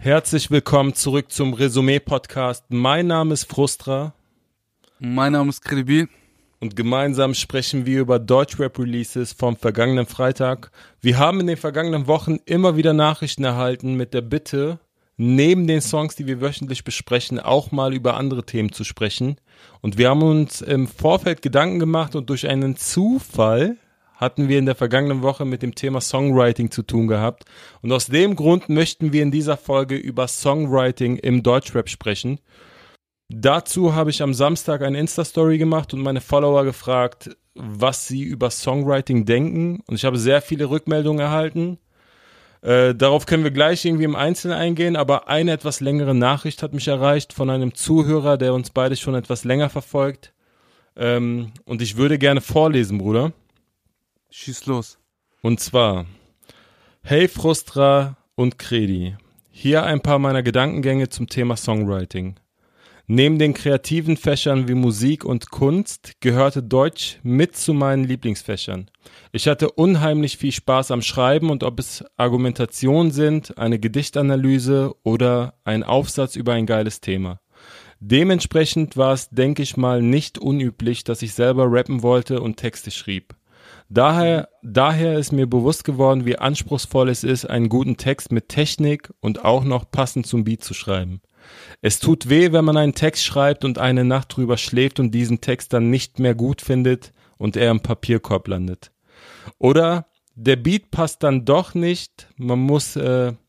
Herzlich willkommen zurück zum Resümee-Podcast. Mein Name ist Frustra. Mein Name ist Credibil. Und gemeinsam sprechen wir über Deutschrap-Releases vom vergangenen Freitag. Wir haben in den vergangenen Wochen immer wieder Nachrichten erhalten mit der Bitte, neben den Songs, die wir wöchentlich besprechen, auch mal über andere Themen zu sprechen. Und wir haben uns im Vorfeld Gedanken gemacht und durch einen Zufall hatten wir in der vergangenen Woche mit dem Thema Songwriting zu tun gehabt. Und aus dem Grund möchten wir in dieser Folge über Songwriting im Deutschrap sprechen. Dazu habe ich am Samstag eine Insta-Story gemacht und meine Follower gefragt, was sie über Songwriting denken. Und ich habe sehr viele Rückmeldungen erhalten. Darauf können wir gleich irgendwie im Einzelnen eingehen, aber eine etwas längere Nachricht hat mich erreicht von einem Zuhörer, der uns beide schon etwas länger verfolgt. Und ich würde gerne vorlesen, Bruder. Schieß los. Und zwar: Hey Frustra und Credi, hier ein paar meiner Gedankengänge zum Thema Songwriting. Neben den kreativen Fächern wie Musik und Kunst gehörte Deutsch mit zu meinen Lieblingsfächern. Ich hatte unheimlich viel Spaß am Schreiben und ob es Argumentationen sind, eine Gedichtanalyse oder ein Aufsatz über ein geiles Thema. Dementsprechend war es, denke ich mal, nicht unüblich, dass ich selber rappen wollte und Texte schrieb. Daher ist mir bewusst geworden, wie anspruchsvoll es ist, einen guten Text mit Technik und auch noch passend zum Beat zu schreiben. Es tut weh, wenn man einen Text schreibt und eine Nacht drüber schläft und diesen Text dann nicht mehr gut findet und er im Papierkorb landet. Oder der Beat passt dann doch nicht, man muss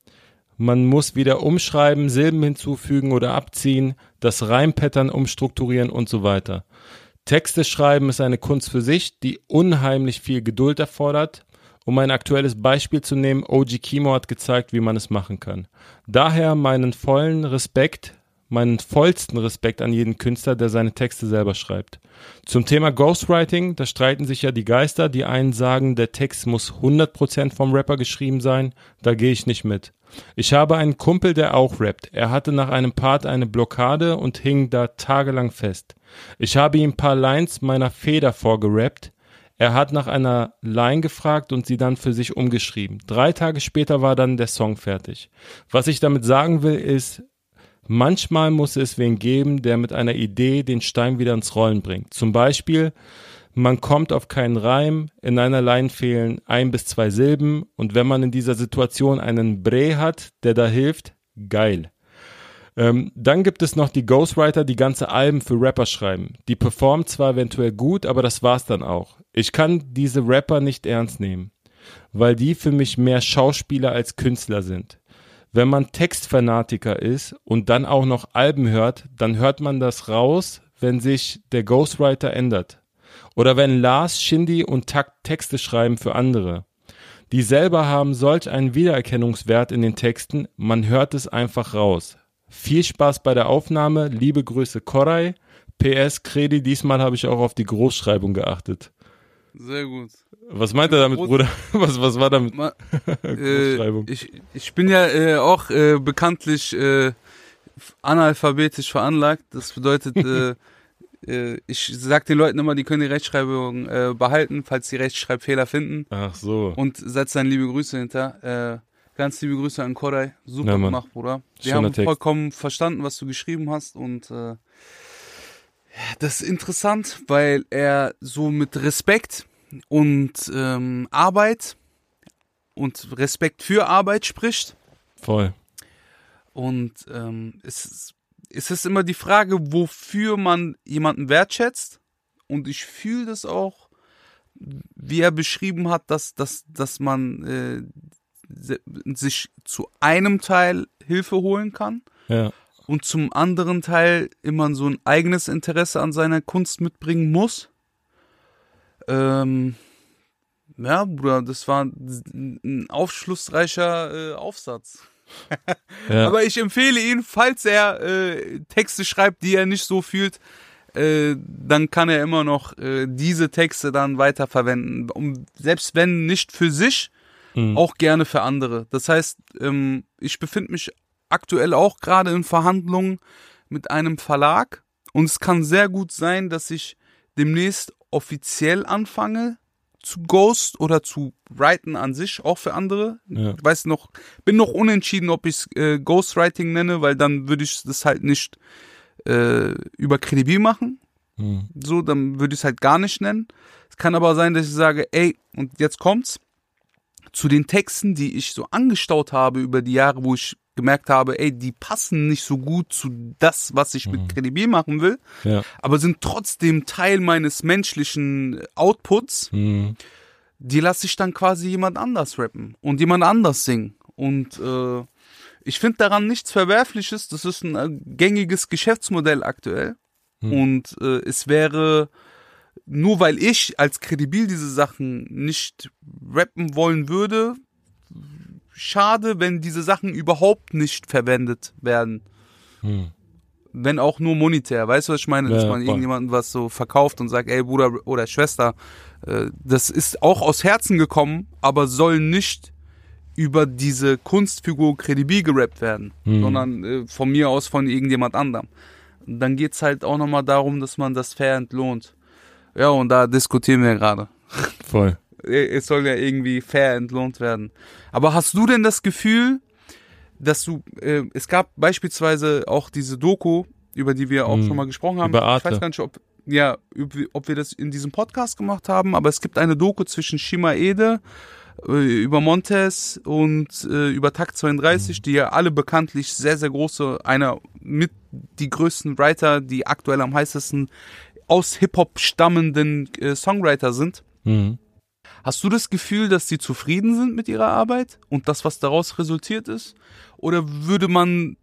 wieder umschreiben, Silben hinzufügen oder abziehen, das Reimpattern umstrukturieren und so weiter. Texte schreiben ist eine Kunst für sich, die unheimlich viel Geduld erfordert. Um ein aktuelles Beispiel zu nehmen, OG Kimo hat gezeigt, wie man es machen kann. Daher meinen vollsten Respekt an jeden Künstler, der seine Texte selber schreibt. Zum Thema Ghostwriting, da streiten sich ja die Geister. Die einen sagen, der Text muss 100% vom Rapper geschrieben sein. Da gehe ich nicht mit. Ich habe einen Kumpel, der auch rappt. Er hatte nach einem Part eine Blockade und hing da tagelang fest. Ich habe ihm ein paar Lines meiner Feder vorgerappt. Er hat nach einer Line gefragt und sie dann für sich umgeschrieben. 3 Tage später war dann der Song fertig. Was ich damit sagen will ist, manchmal muss es wen geben, der mit einer Idee den Stein wieder ins Rollen bringt. Zum Beispiel, man kommt auf keinen Reim, in einer Line fehlen 1 bis 2 Silben und wenn man in dieser Situation einen Bre hat, der da hilft, geil. Dann gibt es noch die Ghostwriter, die ganze Alben für Rapper schreiben. Die performen zwar eventuell gut, aber das war's dann auch. Ich kann diese Rapper nicht ernst nehmen, weil die für mich mehr Schauspieler als Künstler sind. Wenn man Textfanatiker ist und dann auch noch Alben hört, dann hört man das raus, wenn sich der Ghostwriter ändert. Oder wenn Lars, Shindy und Takt Texte schreiben für andere. Die selber haben solch einen Wiedererkennungswert in den Texten, man hört es einfach raus. Viel Spaß bei der Aufnahme, liebe Grüße Koray. PS, Credi, diesmal habe ich auch auf die Großschreibung geachtet. Sehr gut. Was meint er damit, Bruder? Was war damit? Großschreibung. Ich bin ja auch bekanntlich analphabetisch veranlagt. Das bedeutet, ich sag den Leuten immer, die können die Rechtschreibung behalten, falls sie Rechtschreibfehler finden. Ach so. Und setz dann liebe Grüße hinter. Ganz liebe Grüße an Koray. Super gemacht, Bruder. Wir haben vollkommen verstanden, was du geschrieben hast. Und das ist interessant, weil er so mit Respekt und Arbeit und Respekt für Arbeit spricht. Voll. Und es ist immer die Frage, wofür man jemanden wertschätzt. Und ich fühle das auch, wie er beschrieben hat, dass man sich zu einem Teil Hilfe holen kann, ja, und zum anderen Teil immer so ein eigenes Interesse an seiner Kunst mitbringen muss. Ja, Bruder, das war ein aufschlussreicher Aufsatz. Ja. Aber ich empfehle ihn, falls er Texte schreibt, die er nicht so fühlt, dann kann er immer noch diese Texte dann weiterverwenden. Selbst wenn nicht für sich, auch gerne für andere. Das heißt, ich befinde mich aktuell auch gerade in Verhandlungen mit einem Verlag und es kann sehr gut sein, dass ich demnächst offiziell anfange, zu Ghost oder zu Writen an sich, auch für andere. Ja. Ich weiß noch, bin noch unentschieden, ob ich es Ghostwriting nenne, weil dann würde ich das halt nicht über Kredibil machen. So, dann würde ich es halt gar nicht nennen. Es kann aber sein, dass ich sage, ey, und jetzt kommt's, zu den Texten, die ich so angestaut habe über die Jahre, wo ich gemerkt habe, ey, die passen nicht so gut zu das, was ich mit Kredibil machen will, aber sind trotzdem Teil meines menschlichen Outputs. Die lasse ich dann quasi jemand anders rappen und jemand anders singen. Und ich finde daran nichts Verwerfliches. Das ist ein gängiges Geschäftsmodell aktuell. Und es wäre, nur weil ich als Kredibil diese Sachen nicht rappen wollen würde, schade, wenn diese Sachen überhaupt nicht verwendet werden. Wenn auch nur monetär. Weißt du, was ich meine? Dass man irgendjemandem was so verkauft und sagt, ey Bruder oder Schwester, das ist auch aus Herzen gekommen, aber soll nicht über diese Kunstfigur Kredibil gerappt werden, sondern von mir aus von irgendjemand anderem. Und dann geht's halt auch nochmal darum, dass man das fair entlohnt. Ja, und da diskutieren wir gerade. Voll. Es soll ja irgendwie fair entlohnt werden. Aber hast du denn das Gefühl, dass du, es gab beispielsweise auch diese Doku, über die wir auch schon mal gesprochen haben. Über Arte. Ich weiß gar nicht, ob wir das in diesem Podcast gemacht haben, aber es gibt eine Doku zwischen Shima Ede, über Montez und über Takt 32, die ja alle bekanntlich sehr, sehr große, einer mit die größten Writer, die aktuell am heißesten aus Hip-Hop stammenden Songwriter sind. Hast du das Gefühl, dass sie zufrieden sind mit ihrer Arbeit und das, was daraus resultiert ist? Oder würde man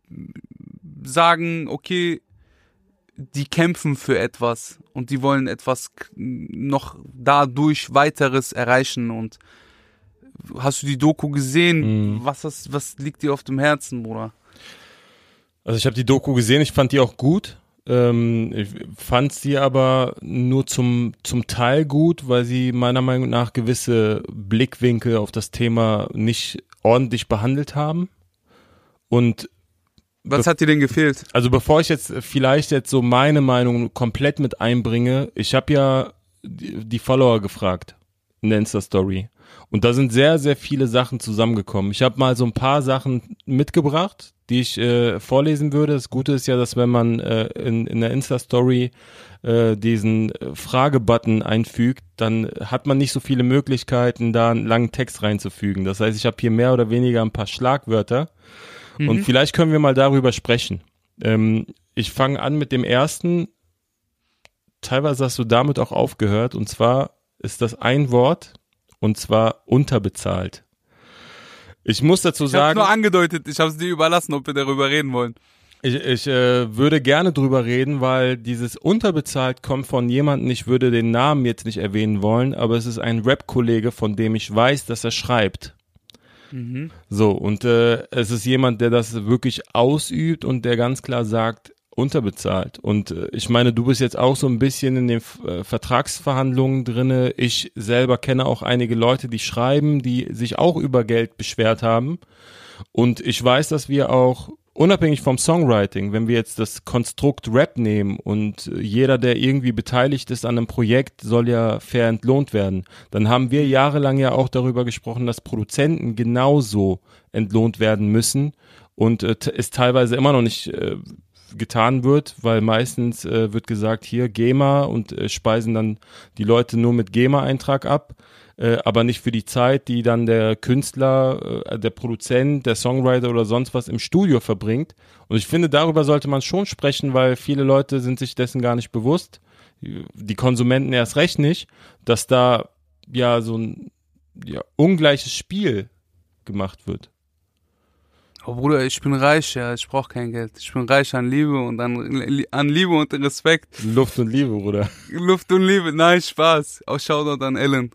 sagen, okay, die kämpfen für etwas und die wollen etwas noch dadurch weiteres erreichen? Und hast du die Doku gesehen? Was liegt dir auf dem Herzen, Bruder? Also ich habe die Doku gesehen, ich fand die auch gut. Ich fand sie aber nur zum Teil gut, weil sie meiner Meinung nach gewisse Blickwinkel auf das Thema nicht ordentlich behandelt haben. Und was hat dir denn gefehlt? Also bevor ich jetzt vielleicht so meine Meinung komplett mit einbringe, ich habe ja die Follower gefragt in der Insta-Story. Und da sind sehr, sehr viele Sachen zusammengekommen. Ich habe mal so ein paar Sachen mitgebracht, die ich vorlesen würde. Das Gute ist ja, dass wenn man in der Insta-Story diesen Fragebutton einfügt, dann hat man nicht so viele Möglichkeiten, da einen langen Text reinzufügen. Das heißt, ich habe hier mehr oder weniger ein paar Schlagwörter. Und vielleicht können wir mal darüber sprechen. Ich fange an mit dem ersten. Teilweise hast du damit auch aufgehört. Und zwar ist das ein Wort, und zwar unterbezahlt. Ich muss dazu sagen... Ich habe nur angedeutet, ich habe es dir überlassen, ob wir darüber reden wollen. Ich würde gerne drüber reden, weil dieses unterbezahlt kommt von jemandem, ich würde den Namen jetzt nicht erwähnen wollen, aber es ist ein Rap-Kollege, von dem ich weiß, dass er schreibt. So, und es ist jemand, der das wirklich ausübt und der ganz klar sagt, unterbezahlt. Und ich meine, du bist jetzt auch so ein bisschen in den Vertragsverhandlungen drinne. Ich selber kenne auch einige Leute, die schreiben, die sich auch über Geld beschwert haben. Und ich weiß, dass wir auch unabhängig vom Songwriting, wenn wir jetzt das Konstrukt Rap nehmen und jeder, der irgendwie beteiligt ist an einem Projekt, soll ja fair entlohnt werden, dann haben wir jahrelang ja auch darüber gesprochen, dass Produzenten genauso entlohnt werden müssen und es teilweise immer noch nicht getan wird, weil meistens wird gesagt, hier GEMA und speisen dann die Leute nur mit GEMA-Eintrag ab, aber nicht für die Zeit, die dann der Künstler, der Produzent, der Songwriter oder sonst was im Studio verbringt. Und ich finde, darüber sollte man schon sprechen, weil viele Leute sind sich dessen gar nicht bewusst, die Konsumenten erst recht nicht, dass da ja so ein ungleiches Spiel gemacht wird. Oh Bruder, ich bin reich, ja, ich brauche kein Geld. Ich bin reich an Liebe und an Liebe und Respekt. Luft und Liebe, Bruder. Luft und Liebe, nein, Spaß. Auch Shoutout an Ellen.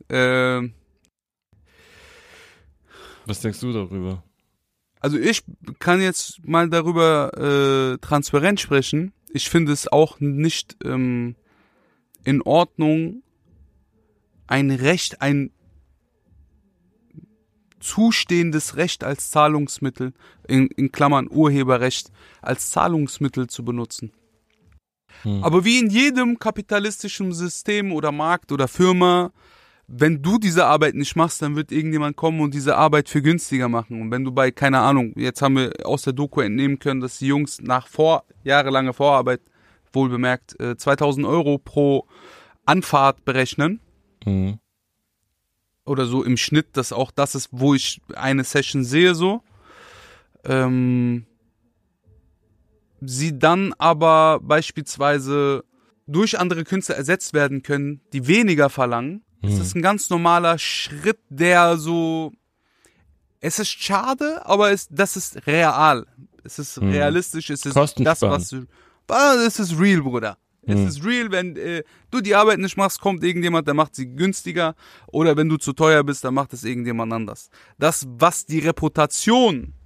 Was denkst du darüber? Also ich kann jetzt mal darüber transparent sprechen. Ich finde es auch nicht in Ordnung, ein zustehendes Recht als Zahlungsmittel, in Klammern Urheberrecht, als Zahlungsmittel zu benutzen. Aber wie in jedem kapitalistischen System oder Markt oder Firma wenn du diese Arbeit nicht machst, dann wird irgendjemand kommen und diese Arbeit für günstiger machen. Und wenn du bei, keine Ahnung, jetzt haben wir aus der Doku entnehmen können, dass die Jungs nach jahrelanger Vorarbeit, wohlbemerkt, 2.000 Euro pro Anfahrt berechnen. Mhm. Oder so im Schnitt, das ist, wo ich eine Session sehe, so. Sie dann aber beispielsweise durch andere Künstler ersetzt werden können, die weniger verlangen. Das ist ein ganz normaler Schritt, der so, es ist schade, aber das ist real. Es ist realistisch, es ist das, es ist real, Bruder. Es ist real, wenn du die Arbeit nicht machst, kommt irgendjemand, der macht sie günstiger, oder wenn du zu teuer bist, dann macht es irgendjemand anders. Das, was die Reputation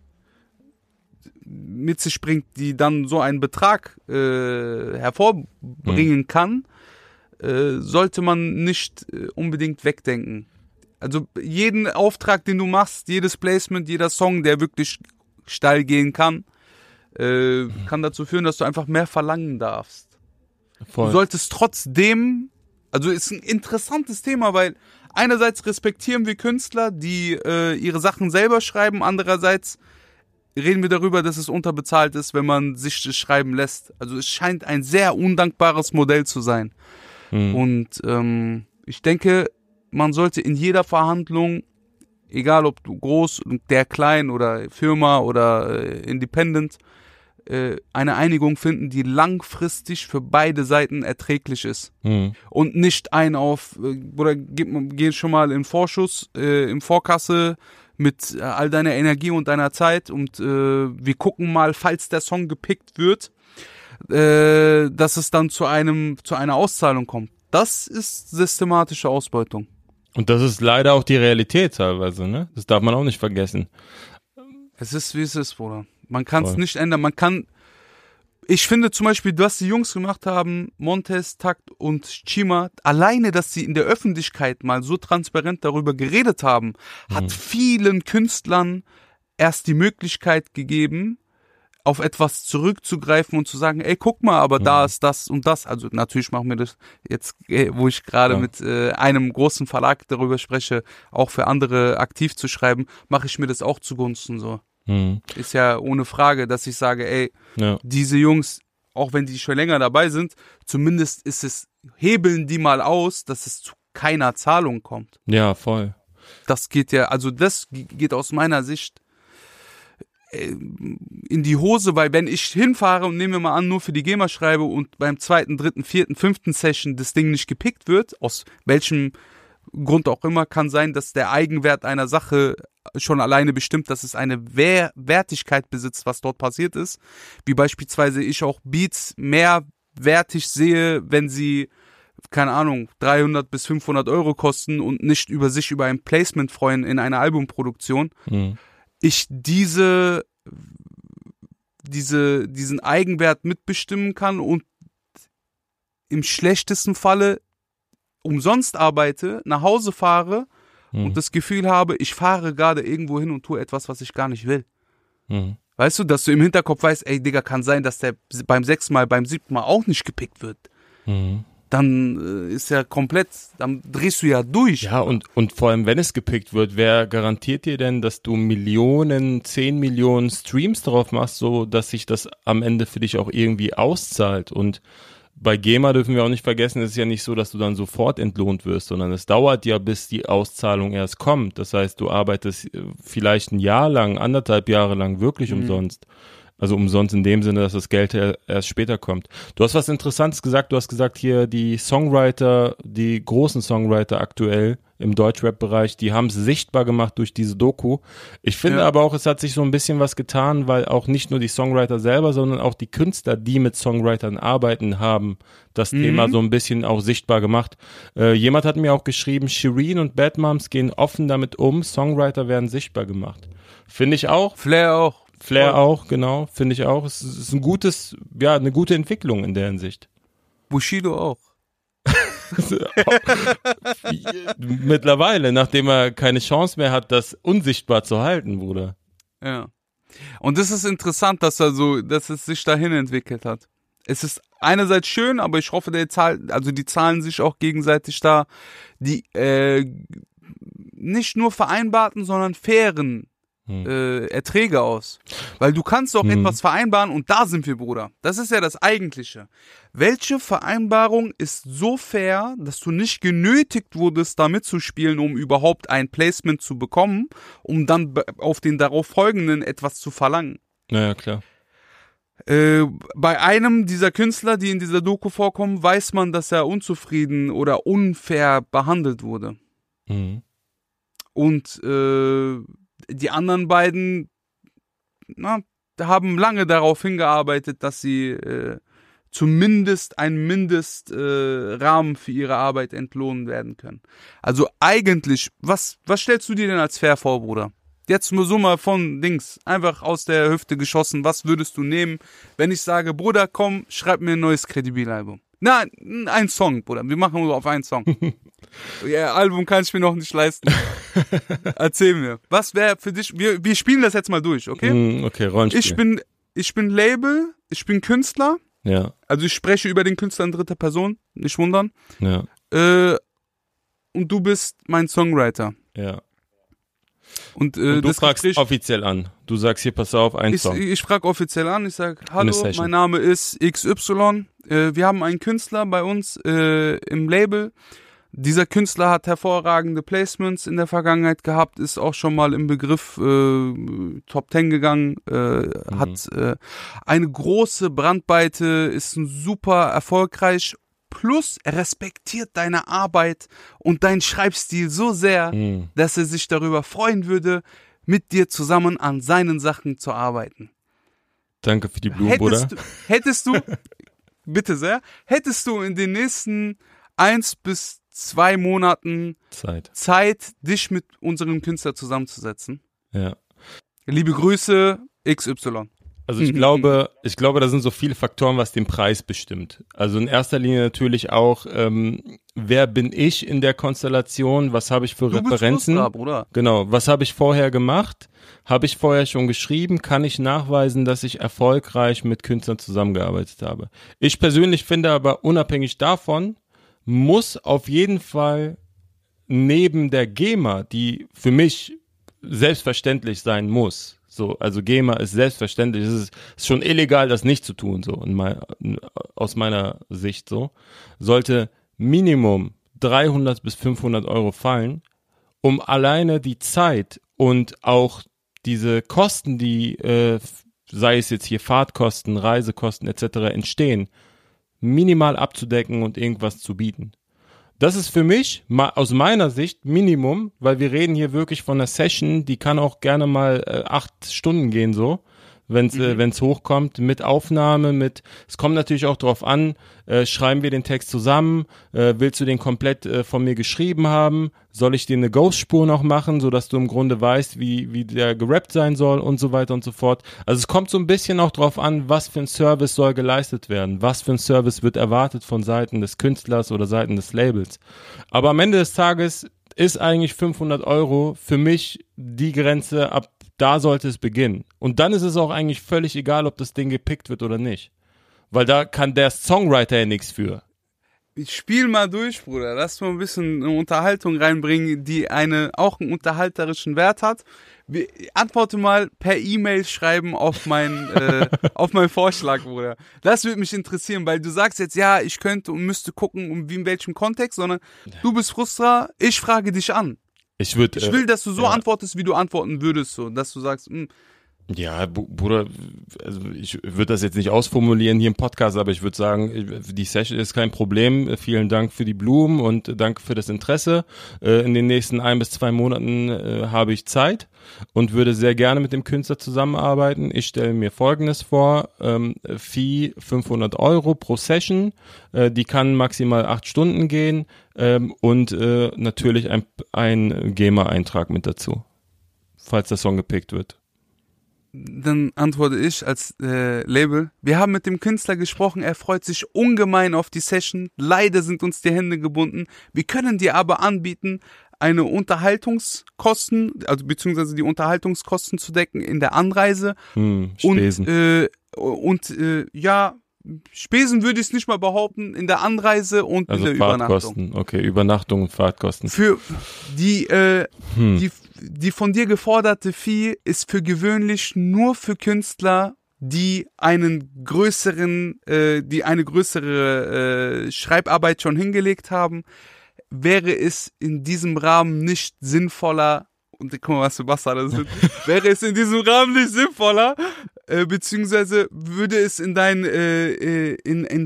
mit sich bringt, die dann so einen Betrag hervorbringen kann, sollte man nicht unbedingt wegdenken. Also jeden Auftrag, den du machst, jedes Placement, jeder Song, der wirklich steil gehen kann dazu führen, dass du einfach mehr verlangen darfst. Voll. Du solltest trotzdem, also ist ein interessantes Thema, weil einerseits respektieren wir Künstler, die ihre Sachen selber schreiben, andererseits reden wir darüber, dass es unterbezahlt ist, wenn man sich das schreiben lässt. Also es scheint ein sehr undankbares Modell zu sein. Und ich denke, man sollte in jeder Verhandlung, egal ob du groß, der klein oder Firma oder Independent, eine Einigung finden, die langfristig für beide Seiten erträglich ist. Und nicht geh schon mal in Vorschuss, in Vorkasse mit all deiner Energie und deiner Zeit und wir gucken mal, falls der Song gepickt wird, dass es dann zu einer Auszahlung kommt. Das ist systematische Ausbeutung. Und das ist leider auch die Realität teilweise, ne? Das darf man auch nicht vergessen. Es ist, wie es ist, Bruder. Man kann es nicht ändern. Ich finde zum Beispiel, was die Jungs gemacht haben, Montez, Takt und Chima, alleine, dass sie in der Öffentlichkeit mal so transparent darüber geredet haben, hat vielen Künstlern erst die Möglichkeit gegeben, auf etwas zurückzugreifen und zu sagen, ey, guck mal, aber da ist das und das. Also natürlich machen wir das jetzt, wo ich gerade mit einem großen Verlag darüber spreche, auch für andere aktiv zu schreiben, mache ich mir das auch zugunsten so. Ist ja ohne Frage, dass ich sage, ey, diese Jungs, auch wenn die schon länger dabei sind, zumindest hebeln die mal aus, dass es zu keiner Zahlung kommt. Ja, voll. Das geht aus meiner Sicht in die Hose, weil wenn ich hinfahre und nehmen wir mal an, nur für die GEMA schreibe und beim 2., 3., 4., 5. Session das Ding nicht gepickt wird, aus welchem Grund auch immer, kann sein, dass der Eigenwert einer Sache schon alleine bestimmt, dass es eine Wertigkeit besitzt, was dort passiert ist. Wie beispielsweise ich auch Beats mehr wertig sehe, wenn sie, keine Ahnung, 300 bis 500 Euro kosten und nicht über ein Placement freuen in einer Albumproduktion. Ich diesen Eigenwert mitbestimmen kann und im schlechtesten Falle umsonst arbeite, nach Hause fahre und das Gefühl habe, ich fahre gerade irgendwo hin und tue etwas, was ich gar nicht will. Weißt du, dass du im Hinterkopf weißt, ey Digga, kann sein, dass der beim 6. Mal, beim 7. Mal auch nicht gepickt wird. Dann ist ja komplett, dann drehst du ja durch. Ja, und vor allem, wenn es gepickt wird, wer garantiert dir denn, dass du 10 Millionen Streams drauf machst, so dass sich das am Ende für dich auch irgendwie auszahlt? Und bei GEMA dürfen wir auch nicht vergessen, es ist ja nicht so, dass du dann sofort entlohnt wirst, sondern es dauert ja, bis die Auszahlung erst kommt. Das heißt, du arbeitest vielleicht ein Jahr lang, 1,5 Jahre lang wirklich umsonst. Also umsonst in dem Sinne, dass das Geld erst später kommt. Du hast was Interessantes gesagt. Du hast gesagt, hier die großen Songwriter aktuell im Deutschrap-Bereich, die haben es sichtbar gemacht durch diese Doku. Ich finde aber auch, es hat sich so ein bisschen was getan, weil auch nicht nur die Songwriter selber, sondern auch die Künstler, die mit Songwritern arbeiten, haben das Thema so ein bisschen auch sichtbar gemacht. Jemand hat mir auch geschrieben, Shireen und Bad Moms gehen offen damit um, Songwriter werden sichtbar gemacht. Finde ich auch. Flair auch, genau, finde ich auch. Es ist eine gute Entwicklung in der Hinsicht. Bushido auch. Mittlerweile, nachdem er keine Chance mehr hat, das unsichtbar zu halten, Bruder. Ja. Und das ist interessant, dass es sich dahin entwickelt hat. Es ist einerseits schön, aber ich hoffe, die zahlen sich auch gegenseitig da die nicht nur vereinbarten, sondern fairen Erträge aus. Weil du kannst doch etwas vereinbaren und da sind wir, Bruder. Das ist ja das Eigentliche. Welche Vereinbarung ist so fair, dass du nicht genötigt wurdest, da mitzuspielen, um überhaupt ein Placement zu bekommen, um dann auf den darauf folgenden etwas zu verlangen? Naja, klar. Bei einem dieser Künstler, die in dieser Doku vorkommen, weiß man, dass er unzufrieden oder unfair behandelt wurde. Mhm. Und die anderen beiden haben lange darauf hingearbeitet, dass sie zumindest einen Mindestrahmen für ihre Arbeit entlohnen werden können. Also eigentlich, was stellst du dir denn als fair vor, Bruder? Jetzt nur so mal von Dings, einfach aus der Hüfte geschossen, was würdest du nehmen, wenn ich sage, Bruder, komm, schreib mir ein neues Kredibil-Album. Na, ein Song, Bruder, wir machen nur auf einen Song. Ja, Album kann ich mir noch nicht leisten. Erzähl mir, was wäre für dich, wir spielen das jetzt mal durch, okay? Okay, Rollenspiel. Ich bin Label, ich bin Künstler. Ja. Also ich spreche über den Künstler in dritter Person, nicht wundern. Ja. Und du bist mein Songwriter. Ja. Und du das fragst Gespräch, offiziell an. Du sagst hier, pass auf, ein Song. ich frage offiziell an, ich sage, hallo, mein Name ist XY. Wir haben einen Künstler bei uns im Label. Dieser Künstler hat hervorragende Placements in der Vergangenheit gehabt, ist auch schon mal im Begriff Top 10 gegangen, hat eine große Brandweite, ist ein super erfolgreich, plus er respektiert deine Arbeit und deinen Schreibstil so sehr, dass er sich darüber freuen würde, mit dir zusammen an seinen Sachen zu arbeiten. Danke für die Blumen, Bruder. Hättest du, bitte sehr, hättest du in den nächsten 1 bis 2 Monaten Zeit, dich mit unserem Künstler zusammenzusetzen. Ja. Liebe Grüße, XY. Also ich glaube, da sind so viele Faktoren, was den Preis bestimmt. Also in erster Linie natürlich auch, wer bin ich in der Konstellation, was habe ich für Referenzen? Du bist Bruder. Genau, was habe ich vorher gemacht? Habe ich vorher schon geschrieben? Kann ich nachweisen, dass ich erfolgreich mit Künstlern zusammengearbeitet habe? Ich persönlich finde aber, unabhängig davon, muss auf jeden Fall neben der GEMA, die für mich selbstverständlich sein muss, so, also GEMA ist selbstverständlich, es ist schon illegal, das nicht zu tun, so, aus meiner Sicht so, sollte Minimum 300 bis 500 Euro fallen, um alleine die Zeit und auch diese Kosten, die, sei es jetzt hier Fahrtkosten, Reisekosten etc. entstehen, minimal abzudecken und irgendwas zu bieten. Das ist für mich, aus meiner Sicht, Minimum, weil wir reden hier wirklich von einer Session, die kann auch gerne mal 8 Stunden gehen, so, wenn's hochkommt, mit Aufnahme, es kommt natürlich auch drauf an, schreiben wir den Text zusammen, willst du den komplett von mir geschrieben haben, soll ich dir eine Ghost-Spur noch machen, sodass du im Grunde weißt, wie der gerappt sein soll und so weiter und so fort. Also es kommt so ein bisschen auch drauf an, was für ein Service soll geleistet werden, was für ein Service wird erwartet von Seiten des Künstlers oder Seiten des Labels. Aber am Ende des Tages ist eigentlich 500 Euro für mich die Grenze, ab da sollte es beginnen. Und dann ist es auch eigentlich völlig egal, ob das Ding gepickt wird oder nicht. Weil da kann der Songwriter ja nichts für. Ich spiel mal durch, Bruder. Lass mal ein bisschen eine Unterhaltung reinbringen, die auch einen unterhalterischen Wert hat. Antworte mal per E-Mail schreiben auf meinen Vorschlag, Bruder. Das würde mich interessieren, weil du sagst jetzt, ja, ich könnte und müsste gucken, in welchem Kontext, sondern du bist Frustra, ich frage dich an. Ich will, dass du so antwortest, wie du antworten würdest, so, dass du sagst, Ja, Bruder, also ich würde das jetzt nicht ausformulieren hier im Podcast, aber ich würde sagen, die Session ist kein Problem. Vielen Dank für die Blumen und danke für das Interesse. In den nächsten 1 bis 2 Monaten habe ich Zeit und würde sehr gerne mit dem Künstler zusammenarbeiten. Ich stelle mir Folgendes vor, Fee 500 Euro pro Session, die kann maximal 8 Stunden gehen und natürlich ein GEMA-Eintrag mit dazu, falls der Song gepickt wird. Dann antworte ich als Label, wir haben mit dem Künstler gesprochen, er freut sich ungemein auf die Session, leider sind uns die Hände gebunden, wir können dir aber anbieten, eine Unterhaltungskosten, also beziehungsweise die Unterhaltungskosten zu decken in der Anreise Spesen. und ja, Spesen würde ich es nicht mal behaupten, in der Anreise und Also in der Fahrtkosten. Übernachtung. Okay, Übernachtung und Fahrtkosten. Für die von dir geforderte Fee ist für gewöhnlich nur für Künstler, die eine größere Schreibarbeit schon hingelegt haben. Wäre es in diesem Rahmen nicht sinnvoller, und guck mal, was für Bastarde sind, wäre es in diesem Rahmen nicht sinnvoller, beziehungsweise würde es in deine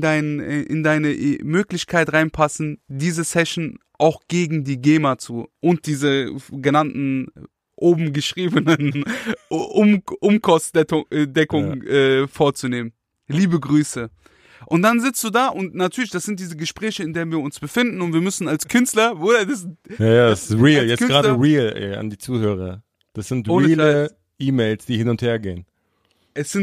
Möglichkeit reinpassen, diese Session auch gegen die GEMA und diese genannten oben geschriebenen Umkostdeckung vorzunehmen. Liebe Grüße. Und dann sitzt du da und natürlich, das sind diese Gespräche, in denen wir uns befinden und wir müssen als Künstler, das ist real, jetzt Künstler, gerade real, ey, an die Zuhörer. Das sind ohne reale E-Mails, die hin und her gehen. Es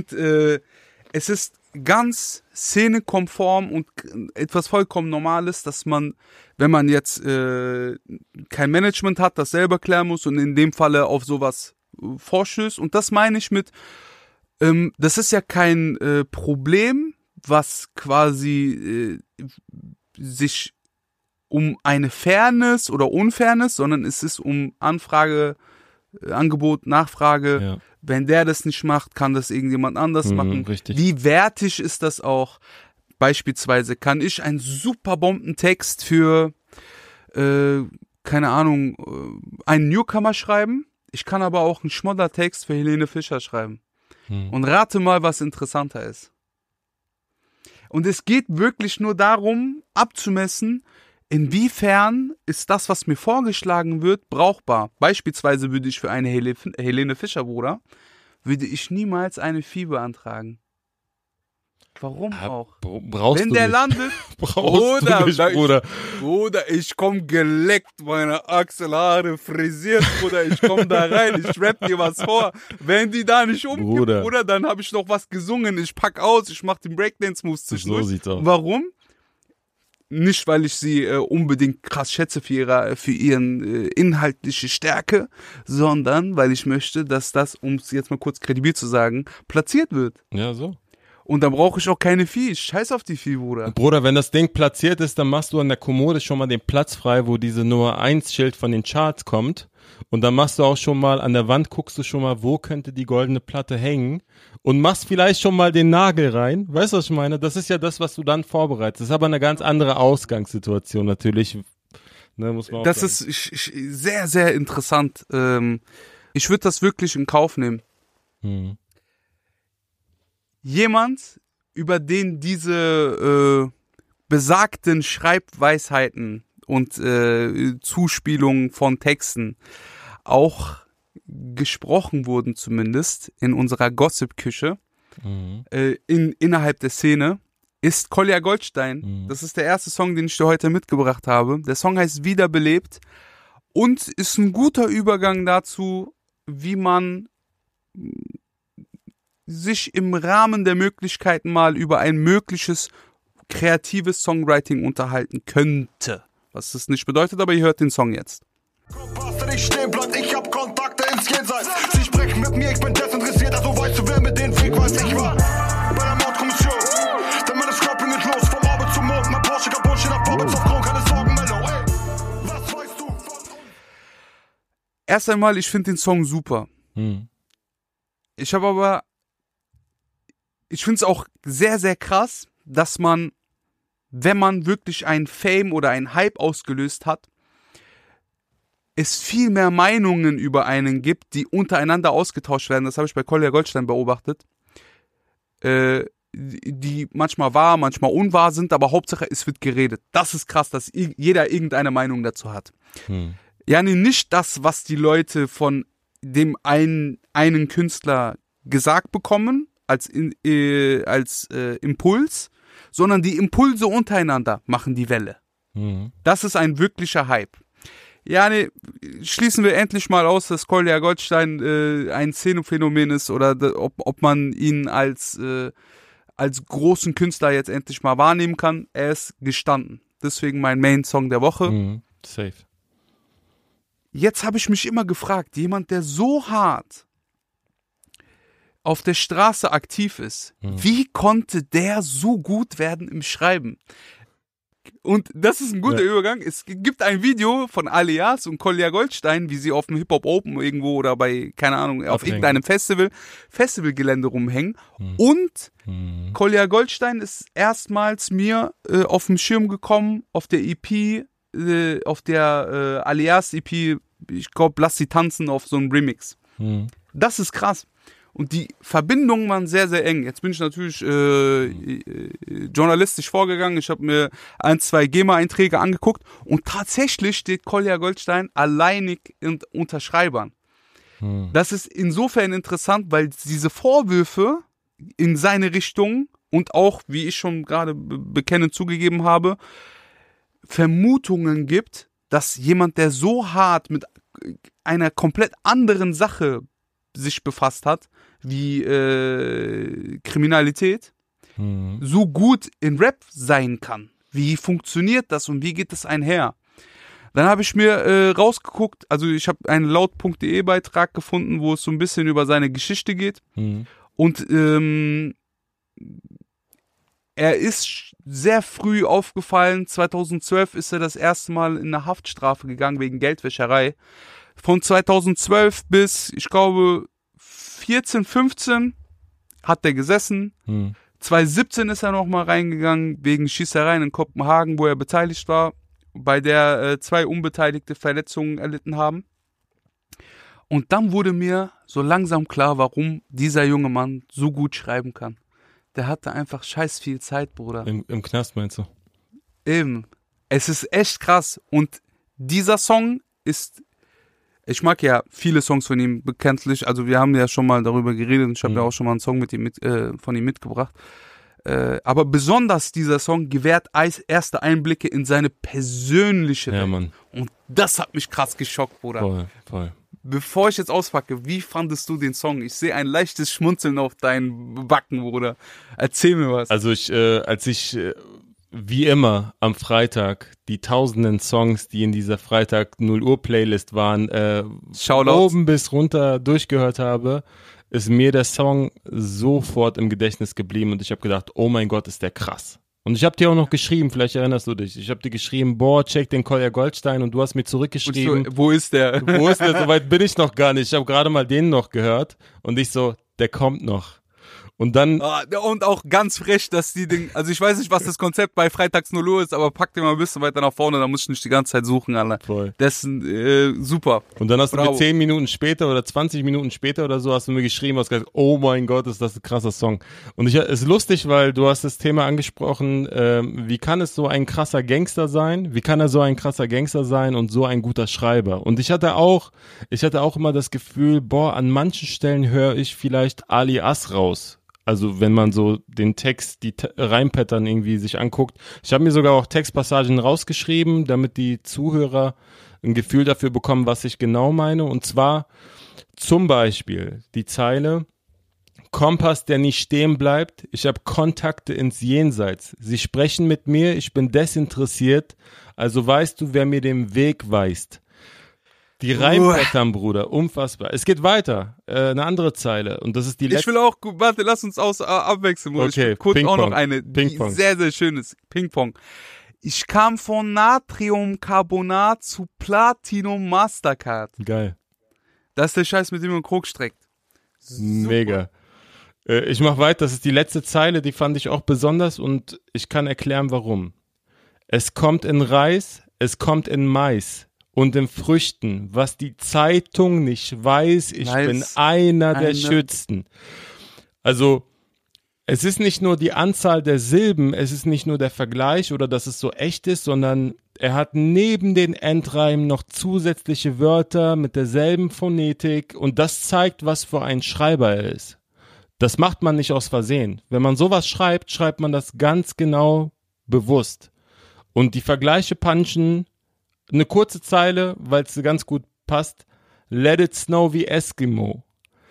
ist ganz szenekonform und etwas vollkommen Normales, dass man, wenn man jetzt kein Management hat, das selber klären muss und in dem Falle auf sowas vorstößt. Und das meine ich mit, das ist ja kein Problem, was quasi sich um eine Fairness oder Unfairness, sondern es ist um Anfrage, Angebot, Nachfrage. Ja. Wenn der das nicht macht, kann das irgendjemand anders machen. Richtig. Wie wertig ist das auch? Beispielsweise kann ich einen super Bombentext für, keine Ahnung, einen Newcomer schreiben. Ich kann aber auch einen Schmoddertext für Helene Fischer schreiben. Und rate mal, was interessanter ist. Und es geht wirklich nur darum, abzumessen, inwiefern ist das, was mir vorgeschlagen wird, brauchbar. Beispielsweise würde ich für eine Helene Fischer, Bruder, würde ich niemals eine Fee beantragen. Warum auch? Brauchst Wenn du der nicht. landet, Brauchst du nicht, Bruder. Bruder, ich komm geleckt, meine Achselhaare frisiert, Bruder, ich komm da rein, ich rap dir was vor. Wenn die da nicht umkippt, Bruder, dann habe ich noch was gesungen, ich pack aus, ich mach den Breakdance-Moves zwischendurch. So sieht's aus. Warum? Nicht, weil ich sie unbedingt krass schätze für ihren inhaltliche Stärke, sondern weil ich möchte, dass das, um es jetzt mal kurz kredibil zu sagen, platziert wird. Ja, so. Und dann brauche ich auch keine Fee. Scheiß auf die Fee, Bruder. Bruder, wenn das Ding platziert ist, dann machst du an der Kommode schon mal den Platz frei, wo diese Nummer 1 Schild von den Charts kommt. Und dann machst du auch schon mal, an der Wand guckst du schon mal, wo könnte die goldene Platte hängen. Und machst vielleicht schon mal den Nagel rein. Weißt du, was ich meine? Das ist ja das, was du dann vorbereitest. Das ist aber eine ganz andere Ausgangssituation natürlich. Ne, muss man auch das sagen. ist sehr, sehr interessant. Ich würde das wirklich in Kauf nehmen. Jemand, über den diese besagten Schreibweisheiten und Zuspielungen von Texten auch gesprochen wurden, zumindest in unserer Gossip-Küche, innerhalb der Szene, ist Kolja Goldstein. Das ist der erste Song, den ich dir heute mitgebracht habe. Der Song heißt Wiederbelebt und ist ein guter Übergang dazu, wie man sich im Rahmen der Möglichkeiten mal über ein mögliches kreatives Songwriting unterhalten könnte. Was das nicht bedeutet, aber ihr hört den Song jetzt. Kompass, nicht stehen bleibt, ich hab Kontakte ins Jenseits. Sie sprechen mit mir, ich bin desinteressiert, also weißt du, wer mit den Weg weiß. Ich war bei der Mordkommission, denn meine Scrapping ist los, vom Orbit zum Mond, mein Porsche kaputt, steht auf Orbit auf Kron, keine Sorgen, Mello, ey. Was weißt du von... Erst einmal, ich finde den Song super. Ich finde es auch sehr, sehr krass, dass man, wenn man wirklich einen Fame oder einen Hype ausgelöst hat, es viel mehr Meinungen über einen gibt, die untereinander ausgetauscht werden. Das habe ich bei Kolja Goldstein beobachtet. Die manchmal wahr, manchmal unwahr sind, aber Hauptsache es wird geredet. Das ist krass, dass jeder irgendeine Meinung dazu hat. Ja, nicht das, was die Leute von dem einen Künstler gesagt bekommen, als Impuls, sondern die Impulse untereinander machen die Welle. Das ist ein wirklicher Hype. Ja, schließen wir endlich mal aus, dass Kolja Goldstein ein Szenephänomen ist oder ob man ihn als großen Künstler jetzt endlich mal wahrnehmen kann. Er ist gestanden. Deswegen mein Main-Song der Woche. Safe. Jetzt habe ich mich immer gefragt, jemand, der so hart auf der Straße aktiv ist, wie konnte der so gut werden im Schreiben? Und das ist ein guter Übergang. Es gibt ein Video von Alias und Kolja Goldstein, wie sie auf dem Hip-Hop Open irgendwo oder bei, keine Ahnung, auf irgendeinem Festivalgelände rumhängen. Und Kolja Goldstein ist erstmals mir auf den Schirm gekommen, auf der EP, auf der Alias EP, ich glaube, Lass sie tanzen auf so einem Remix. Das ist krass. Und die Verbindungen waren sehr, sehr eng. Jetzt bin ich natürlich journalistisch vorgegangen. Ich habe mir 1, 2 GEMA-Einträge angeguckt und tatsächlich steht Kolja Goldstein alleinig unter Schreibern. Das ist insofern interessant, weil diese Vorwürfe in seine Richtung und auch, wie ich schon gerade bekennend zugegeben habe, Vermutungen gibt, dass jemand, der so hart mit einer komplett anderen Sache sich befasst hat, wie Kriminalität, so gut in Rap sein kann. Wie funktioniert das und wie geht das einher? Dann habe ich mir rausgeguckt, also ich habe einen laut.de Beitrag gefunden, wo es so ein bisschen über seine Geschichte geht. Und er ist sehr früh aufgefallen, 2012 ist er das erste Mal in eine Haftstrafe gegangen wegen Geldwäscherei. Von 2012 bis, ich glaube, 14, 15 hat er gesessen. 2017 ist er nochmal reingegangen wegen Schießereien in Kopenhagen, wo er beteiligt war, bei der 2 Unbeteiligte Verletzungen erlitten haben. Und dann wurde mir so langsam klar, warum dieser junge Mann so gut schreiben kann. Der hatte einfach scheiß viel Zeit, Bruder. Im Knast meinst du? Eben. Es ist echt krass. Und dieser Song ist... Ich mag ja viele Songs von ihm bekanntlich, also wir haben ja schon mal darüber geredet und ich habe ja auch schon mal einen Song von ihm mitgebracht. Aber besonders dieser Song gewährt erste Einblicke in seine persönliche Welt. Mann. Und das hat mich krass geschockt, Bruder. Voll. Bevor ich jetzt auspacke, wie fandest du den Song? Ich sehe ein leichtes Schmunzeln auf deinen Backen, Bruder. Erzähl mir was. Also als ich wie immer am Freitag die tausenden Songs, die in dieser Freitag 0 Uhr Playlist waren, von oben bis runter durchgehört habe, ist mir der Song sofort im Gedächtnis geblieben und ich habe gedacht, oh mein Gott, ist der krass. Und ich habe dir auch noch geschrieben, vielleicht erinnerst du dich, ich habe dir geschrieben, boah, check den Kolja Goldstein und du hast mir zurückgeschrieben. Wo ist der? Wo ist der? Soweit bin ich noch gar nicht. Ich habe gerade mal den noch gehört und ich so, der kommt noch. Und dann... Und auch ganz frech, dass die also ich weiß nicht, was das Konzept bei Freitags 0 Uhr ist, aber pack den mal ein bisschen weiter nach vorne, da muss ich nicht die ganze Zeit suchen, Alter. Voll. Das ist super. Und dann hast du mir 10 Minuten später oder 20 Minuten später oder so hast du mir geschrieben, hast gesagt, oh mein Gott, ist das ein krasser Song. Und es ist lustig, weil du hast das Thema angesprochen, wie kann es so ein krasser Gangster sein? Wie kann er so ein krasser Gangster sein und so ein guter Schreiber? Und ich hatte auch immer das Gefühl, boah, an manchen Stellen höre ich vielleicht Alias raus. Also wenn man so den Text, die Reimpattern irgendwie sich anguckt. Ich habe mir sogar auch Textpassagen rausgeschrieben, damit die Zuhörer ein Gefühl dafür bekommen, was ich genau meine. Und zwar zum Beispiel die Zeile: Kompass, der nicht stehen bleibt. Ich habe Kontakte ins Jenseits. Sie sprechen mit mir, ich bin desinteressiert. Also weißt du, wer mir den Weg weist. Die Reimpattern, Bruder, unfassbar. Es geht weiter, eine andere Zeile und das ist die letzte. Ich will auch, warte, lass uns abwechseln, Bruder. Okay, ich will kurz Ping-Pong. auch noch eine, die sehr, sehr schön ist. Ping-Pong. Ich kam von Natriumcarbonat zu Platinum Mastercard. Geil. Das ist der Scheiß, mit dem man Krog streckt. Super. Mega. Ich mach weiter, das ist die letzte Zeile, die fand ich auch besonders und ich kann erklären, warum. Es kommt in Reis, es kommt in Mais. Und in Früchten, was die Zeitung nicht weiß, ich bin einer der Schützen. Also, es ist nicht nur die Anzahl der Silben, es ist nicht nur der Vergleich oder dass es so echt ist, sondern er hat neben den Endreimen noch zusätzliche Wörter mit derselben Phonetik und das zeigt, was für ein Schreiber er ist. Das macht man nicht aus Versehen. Wenn man sowas schreibt, schreibt man das ganz genau bewusst. Und die Vergleiche punchen. Eine kurze Zeile, weil es ganz gut passt. Let it snow wie Eskimo.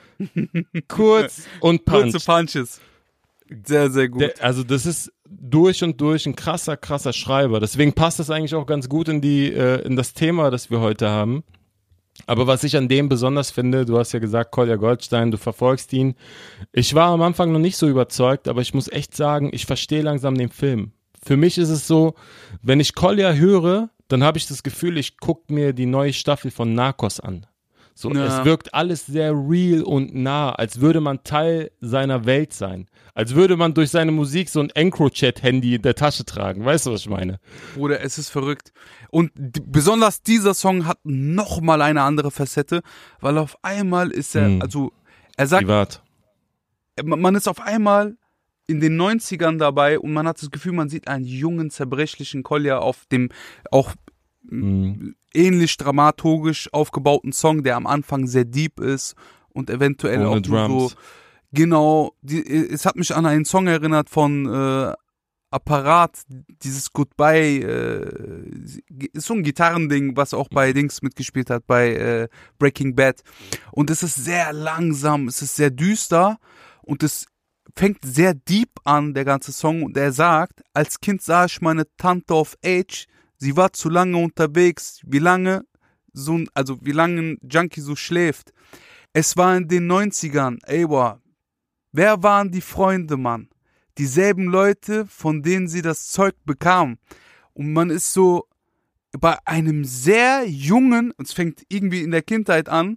Kurz und punch. Kurze Punches. Sehr, sehr gut. Also das ist durch und durch ein krasser Schreiber. Deswegen passt das eigentlich auch ganz gut in das Thema, das wir heute haben. Aber was ich an dem besonders finde, du hast ja gesagt, Kolja Goldstein, du verfolgst ihn. Ich war am Anfang noch nicht so überzeugt, aber ich muss echt sagen, ich verstehe langsam den Film. Für mich ist es so, wenn ich Kolja höre, dann habe ich das Gefühl, ich gucke mir die neue Staffel von Narcos an. So, Ja. Es wirkt alles sehr real und nah, als würde man Teil seiner Welt sein. Als würde man durch seine Musik so ein EncroChat-Handy in der Tasche tragen. Weißt du, was ich meine? Bruder, es ist verrückt. Und besonders dieser Song hat nochmal eine andere Facette, weil auf einmal ist er, also er sagt, Privat. man ist auf einmal in den 90ern dabei und man hat das Gefühl, man sieht einen jungen, zerbrechlichen Kolja auf dem auch ähnlich dramaturgisch aufgebauten Song, der am Anfang sehr deep ist und eventuell Ohne auch nur Drums. so, genau, es hat mich an einen Song erinnert von Apparat, dieses Goodbye, ist so ein Gitarrending, was auch bei Dings mitgespielt hat, bei Breaking Bad. Und es ist sehr langsam, es ist sehr düster und es fängt sehr deep an, der ganze Song. Und er sagt, als Kind sah ich meine Tante auf Age, sie war zu lange unterwegs, wie lange ein Junkie so schläft. Es war in den 90ern, ey, boah, wer waren die Freunde, Mann? Dieselben Leute, von denen sie das Zeug bekamen. Und man ist so bei einem sehr jungen, es fängt irgendwie in der Kindheit an,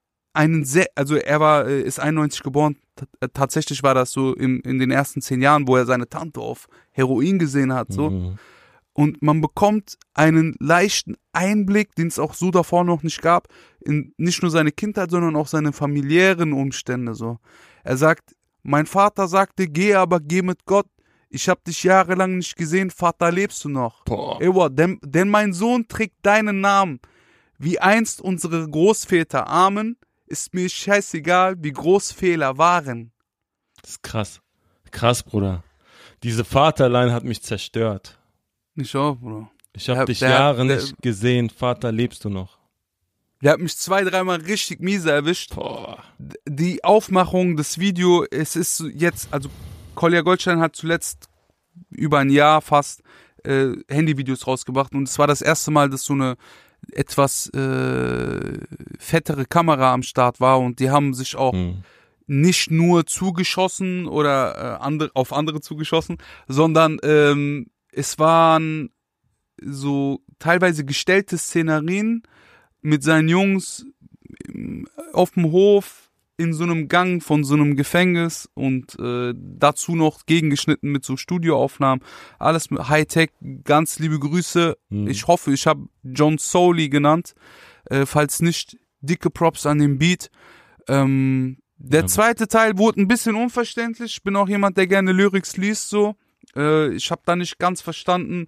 ist 91 geboren, tatsächlich war das so in den ersten 10 Jahren, wo er seine Tante auf Heroin gesehen hat, so. Und man bekommt einen leichten Einblick, den es auch so davor noch nicht gab, in nicht nur seine Kindheit, sondern auch seine familiären Umstände, so. Er sagt, mein Vater sagte, geh mit Gott. Ich hab dich jahrelang nicht gesehen, Vater, lebst du noch? Boah. Ewa, denn mein Sohn trägt deinen Namen. Wie einst unsere Großväter. Amen. Ist mir scheißegal, wie groß Fehler waren. Das ist krass. Krass, Bruder. Diese Vaterline hat mich zerstört. Nicht auch, Bruder. Ich habe dich Jahre der- nicht gesehen. Vater, lebst du noch? Der hat mich 2-3 Mal richtig miese erwischt. Boah. Die Aufmachung, das Video, es ist jetzt, also Kolja Goldstein hat zuletzt über ein Jahr fast Handyvideos rausgebracht und es war das erste Mal, dass so eine etwas fettere Kamera am Start war und die haben sich auch nicht nur zugeschossen oder auf andere zugeschossen, sondern es waren so teilweise gestellte Szenerien mit seinen Jungs auf dem Hof in so einem Gang von so einem Gefängnis und dazu noch gegengeschnitten mit so Studioaufnahmen. Alles mit Hightech, ganz liebe Grüße. Ich hoffe, ich habe John Soli genannt. Falls nicht, dicke Props an den Beat. Der zweite Teil wurde ein bisschen unverständlich. Ich bin auch jemand, der gerne Lyrics liest, so. Ich habe da nicht ganz verstanden,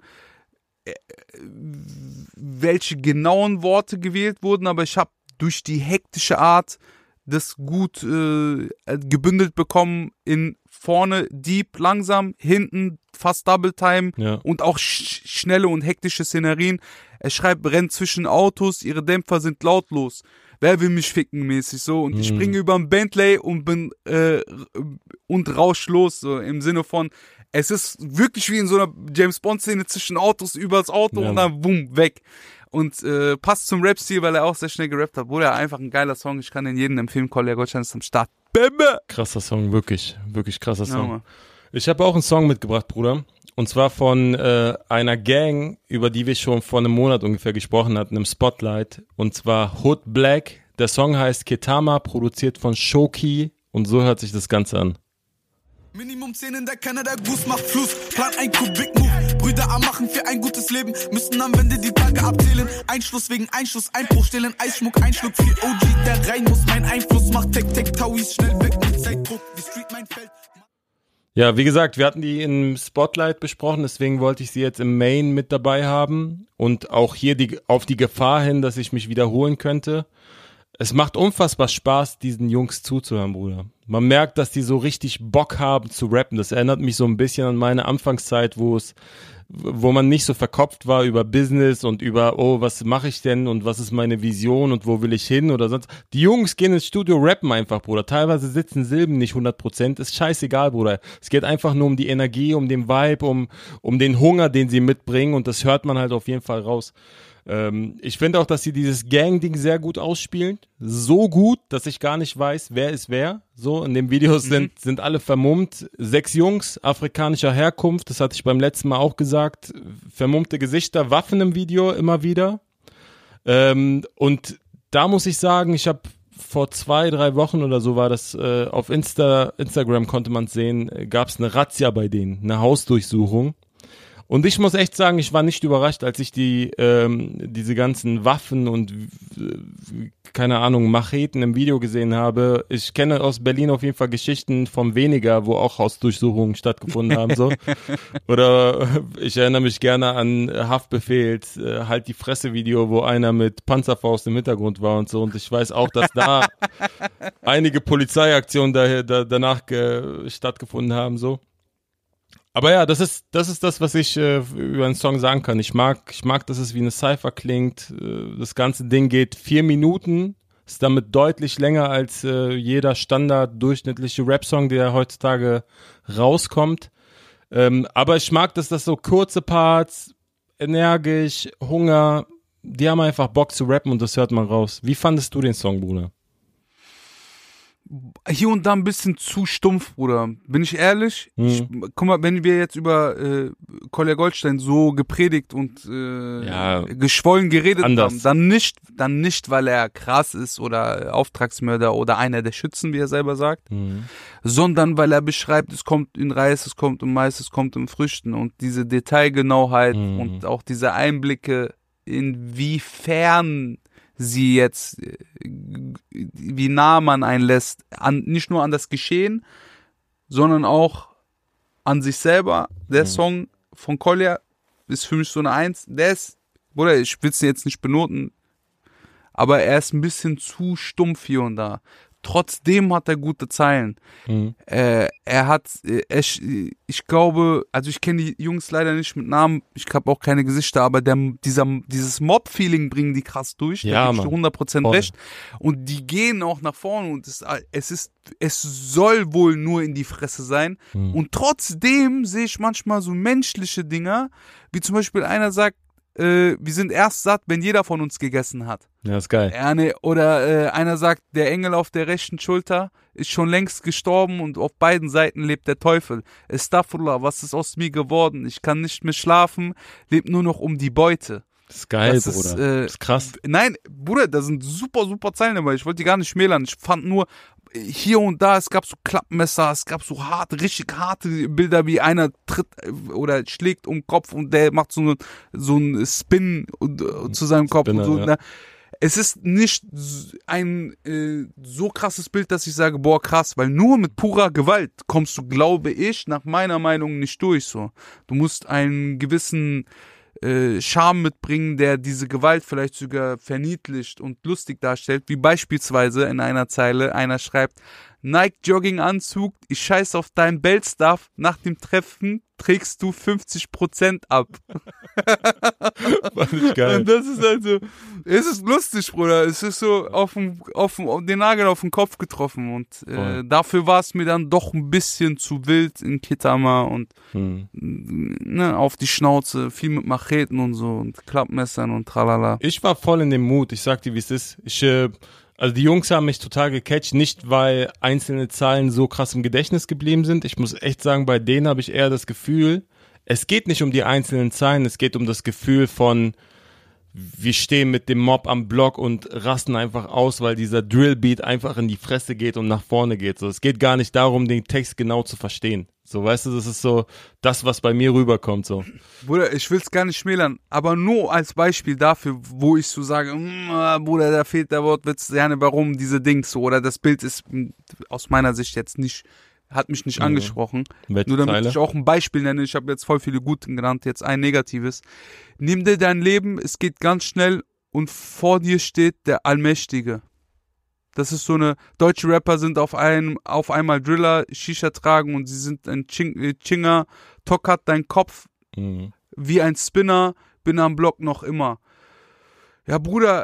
welche genauen Worte gewählt wurden, aber ich habe durch die hektische Art das gut gebündelt bekommen in vorne deep, langsam, hinten fast Double Time und auch schnelle und hektische Szenerien. Er schreibt, rennt zwischen Autos, ihre Dämpfer sind lautlos. Wer will mich ficken mäßig so und ich springe über ein Bentley und bin und rausch los, so im Sinne von, es ist wirklich wie in so einer James-Bond-Szene zwischen Autos, übers Auto und dann boom, weg. Und passt zum Rap-Stil, weil er auch sehr schnell gerappt hat. Bruder, einfach ein geiler Song. Ich kann den jedem empfehlen. Kolja Goldstein ist am Start. Bämme! Krasser Song, wirklich. Wirklich krasser Song. Ja, ich habe auch einen Song mitgebracht, Bruder. Und zwar von einer Gang, über die wir schon vor einem Monat ungefähr gesprochen hatten, im Spotlight. Und zwar Hood Black. Der Song heißt Ketama, produziert von Shoki. Und so hört sich das Ganze an. Minimum 10 in der Kanne, der Goose macht Fluss. Plan ein Kubik Move. Brüder am Machen für ein gutes Leben. Müssen am Wende die Tage abzählen. Einschluss wegen Einschuss, Einbruch stehlen. Eisschmuck, Einschluck für OG, der rein muss. Mein Einfluss macht Tek-Tek, Tauis schnell weg mit Zeitdruck. Die Street mein Feld. Ja, wie gesagt, wir hatten die im Spotlight besprochen, deswegen wollte ich sie jetzt im Main mit dabei haben. Und auch hier auf die Gefahr hin, dass ich mich wiederholen könnte. Es macht unfassbar Spaß, diesen Jungs zuzuhören, Bruder. Man merkt, dass die so richtig Bock haben zu rappen. Das erinnert mich so ein bisschen an meine Anfangszeit, wo man nicht so verkopft war über Business und über, oh, was mache ich denn und was ist meine Vision und wo will ich hin oder sonst. Die Jungs gehen ins Studio, rappen einfach, Bruder. Teilweise sitzen Silben nicht 100%, ist scheißegal, Bruder. Es geht einfach nur um die Energie, um den Vibe, um den Hunger, den sie mitbringen und das hört man halt auf jeden Fall raus. Ich finde auch, dass sie dieses Gang-Ding sehr gut ausspielen. So gut, dass ich gar nicht weiß, wer ist wer. So, in dem Video sind alle vermummt. 6 Jungs afrikanischer Herkunft, das hatte ich beim letzten Mal auch gesagt. Vermummte Gesichter, Waffen im Video immer wieder. Und da muss ich sagen, ich habe vor 2-3 Wochen oder so war das, auf Instagram konnte man es sehen, gab es eine Razzia bei denen, eine Hausdurchsuchung. Und ich muss echt sagen, ich war nicht überrascht, als ich diese ganzen Waffen und keine Ahnung, Macheten im Video gesehen habe. Ich kenne aus Berlin auf jeden Fall Geschichten vom Weniger, wo auch Hausdurchsuchungen stattgefunden haben. So. Oder ich erinnere mich gerne an Haftbefehls, halt die Fresse-Video, wo einer mit Panzerfaust im Hintergrund war und so. Und ich weiß auch, dass da einige Polizeiaktionen danach stattgefunden haben. So. Aber ja, das ist das, was ich über einen Song sagen kann. Ich mag, dass es wie eine Cypher klingt. Das ganze Ding geht 4 Minuten, ist damit deutlich länger als jeder Standard-durchschnittliche Rap-Song, der heutzutage rauskommt. Aber ich mag, dass das so kurze Parts, energisch, Hunger, die haben einfach Bock zu rappen und das hört man raus. Wie fandest du den Song, Bruder? Hier und da ein bisschen zu stumpf, Bruder. Bin ich ehrlich? Guck mal, wenn wir jetzt über Kolja Goldstein so gepredigt und geschwollen geredet haben, dann nicht, weil er krass ist oder Auftragsmörder oder einer der Schützen, wie er selber sagt, sondern weil er beschreibt, es kommt in Reis, es kommt in Mais, es kommt in Früchten und diese Detailgenauheit und auch diese Einblicke, inwiefern sie jetzt, wie nah man einen lässt, nicht nur an das Geschehen, sondern auch an sich selber. Der Song von Kolja ist für mich so eine 1. Der ist, Bruder, ich will es jetzt nicht benoten, aber er ist ein bisschen zu stumpf hier und da. Trotzdem hat er gute Zeilen. Ich glaube, also ich kenne die Jungs leider nicht mit Namen, ich habe auch keine Gesichter, aber dieses Mob-Feeling bringen die krass durch, ja, da gebe ich 100% voll recht. Und die gehen auch nach vorne und es soll wohl nur in die Fresse sein. Und trotzdem sehe ich manchmal so menschliche Dinger, wie zum Beispiel einer sagt, wir sind erst satt, wenn jeder von uns gegessen hat. Ja, ist geil. Oder einer sagt, der Engel auf der rechten Schulter ist schon längst gestorben und auf beiden Seiten lebt der Teufel. Astaghfirullah, was ist aus mir geworden? Ich kann nicht mehr schlafen, lebt nur noch um die Beute. Das ist geil, Bruder. Das ist krass. Nein, Bruder, da sind super, super Zeilen dabei. Ich wollte die gar nicht schmälern. Ich fand nur, hier und da, es gab so Klappmesser, es gab so richtig harte Bilder, wie einer tritt oder schlägt um den Kopf und der macht so einen Spin zu seinem Kopf. Spinner, und so. Ja. Es ist nicht ein so krasses Bild, dass ich sage, boah, krass, weil nur mit purer Gewalt kommst du, glaube ich, nach meiner Meinung nicht durch. So, du musst einen gewissen Charme mitbringen, der diese Gewalt vielleicht sogar verniedlicht und lustig darstellt, wie beispielsweise in einer Zeile einer schreibt, Nike Jogginganzug, ich scheiß auf dein Belt-Stuff, nach dem Treffen trägst du 50% ab. Fand ich geil. Und das ist also, es ist lustig, Bruder, es ist so auf den Nagel auf den Kopf getroffen und dafür war es mir dann doch ein bisschen zu wild in Kitama und auf die Schnauze, viel mit Macheten und so und Klappmessern und tralala. Ich war voll in dem Mut, ich sag dir, wie es ist. Also die Jungs haben mich total gecatcht, nicht weil einzelne Zahlen so krass im Gedächtnis geblieben sind. Ich muss echt sagen, bei denen habe ich eher das Gefühl, es geht nicht um die einzelnen Zahlen, es geht um das Gefühl von, wir stehen mit dem Mob am Block und rasten einfach aus, weil dieser Drillbeat einfach in die Fresse geht und nach vorne geht. So, es geht gar nicht darum, den Text genau zu verstehen. So, weißt du, das ist so das, was bei mir rüberkommt, so. Bruder, ich will's gar nicht schmälern, aber nur als Beispiel dafür, wo ich so sage, Bruder, da fehlt der Wortwitz, warum diese Dings so, oder das Bild ist aus meiner Sicht jetzt nicht, hat mich nicht angesprochen. Welche Nur damit Zeile? ich auch ein Beispiel nenne, ich habe jetzt voll viele Guten genannt, jetzt ein Negatives. Nimm dir dein Leben, es geht ganz schnell und vor dir steht der Allmächtige. Das ist so eine, deutsche Rapper sind auf einmal Driller, Shisha tragen und sie sind ein Chinga, tockert dein Kopf wie ein Spinner, bin am Block noch immer. Ja, Bruder,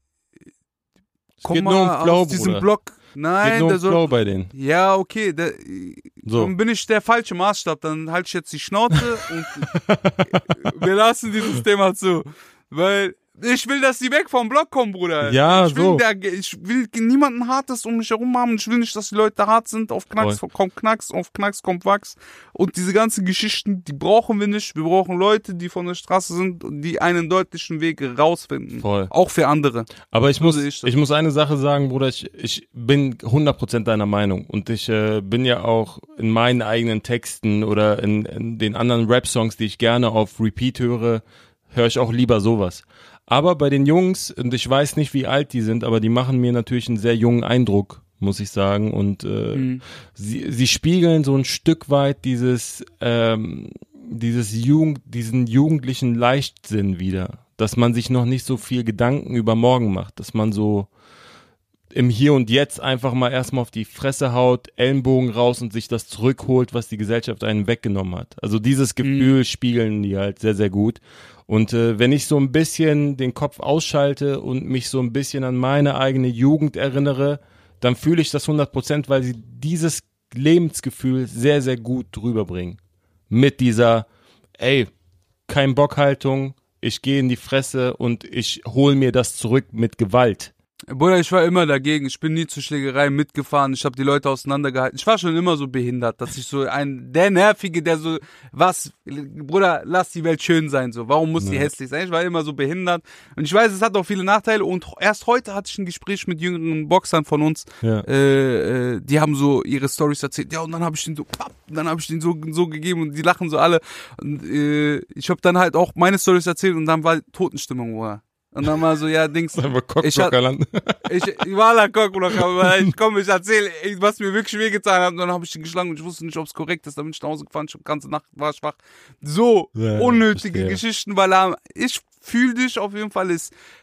komm mal aus diesem Block. Nein, geht nur Flow bei denen. Ja, okay, so. Dann bin ich der falsche Maßstab, dann halte ich jetzt die Schnauze und wir lassen dieses Thema zu. Weil ich will, dass die weg vom Block kommen, Bruder. Ja, ich will niemanden Hartes um mich herum haben. Ich will nicht, dass die Leute hart sind. Auf Knacks kommt Knacks, auf Knacks kommt Wachs. Und diese ganzen Geschichten, die brauchen wir nicht. Wir brauchen Leute, die von der Straße sind und die einen deutlichen Weg rausfinden. Voll. Auch für andere. Aber ich muss eine Sache sagen, Bruder. Ich bin 100% deiner Meinung. Und ich bin ja auch in meinen eigenen Texten oder in den anderen Rap-Songs, die ich gerne auf Repeat höre ich auch lieber sowas. Aber bei den Jungs, und ich weiß nicht, wie alt die sind, aber die machen mir natürlich einen sehr jungen Eindruck, muss ich sagen. Und sie spiegeln so ein Stück weit diesen jugendlichen Leichtsinn wieder. Dass man sich noch nicht so viel Gedanken über morgen macht. Dass man so im Hier und Jetzt einfach mal erstmal auf die Fresse haut, Ellenbogen raus und sich das zurückholt, was die Gesellschaft einen weggenommen hat. Also dieses Gefühl spiegeln die halt sehr, sehr gut. Und wenn ich so ein bisschen den Kopf ausschalte und mich so ein bisschen an meine eigene Jugend erinnere, dann fühle ich das 100%, weil sie dieses Lebensgefühl sehr, sehr gut drüber bringen. Mit dieser, kein Bock-Haltung, ich gehe in die Fresse und ich hole mir das zurück mit Gewalt. Bruder, ich war immer dagegen. Ich bin nie zur Schlägerei mitgefahren. Ich habe die Leute auseinandergehalten. Ich war schon immer so behindert, dass ich so der Nervige, der so, Bruder, lass die Welt schön sein, so. Warum muss die hässlich sein? Ich war immer so behindert. Und ich weiß, es hat auch viele Nachteile. Und erst heute hatte ich ein Gespräch mit jüngeren Boxern von uns. Ja. Die haben so ihre Storys erzählt. Ja, und dann habe ich den so gegeben und die lachen so alle. Und ich habe dann halt auch meine Storys erzählt und dann war Totenstimmung, Bruder. Und dann mal so, ja, Dings. Ich war la Cockblocker, aber ich erzähle, was mir wirklich wehgetan hat. Und dann habe ich ihn geschlagen und ich wusste nicht, ob es korrekt ist. Dann bin ich nach Hause gefahren, die ganze Nacht war ich wach. So unnötige Geschichten, weil ich fühle dich auf jeden Fall,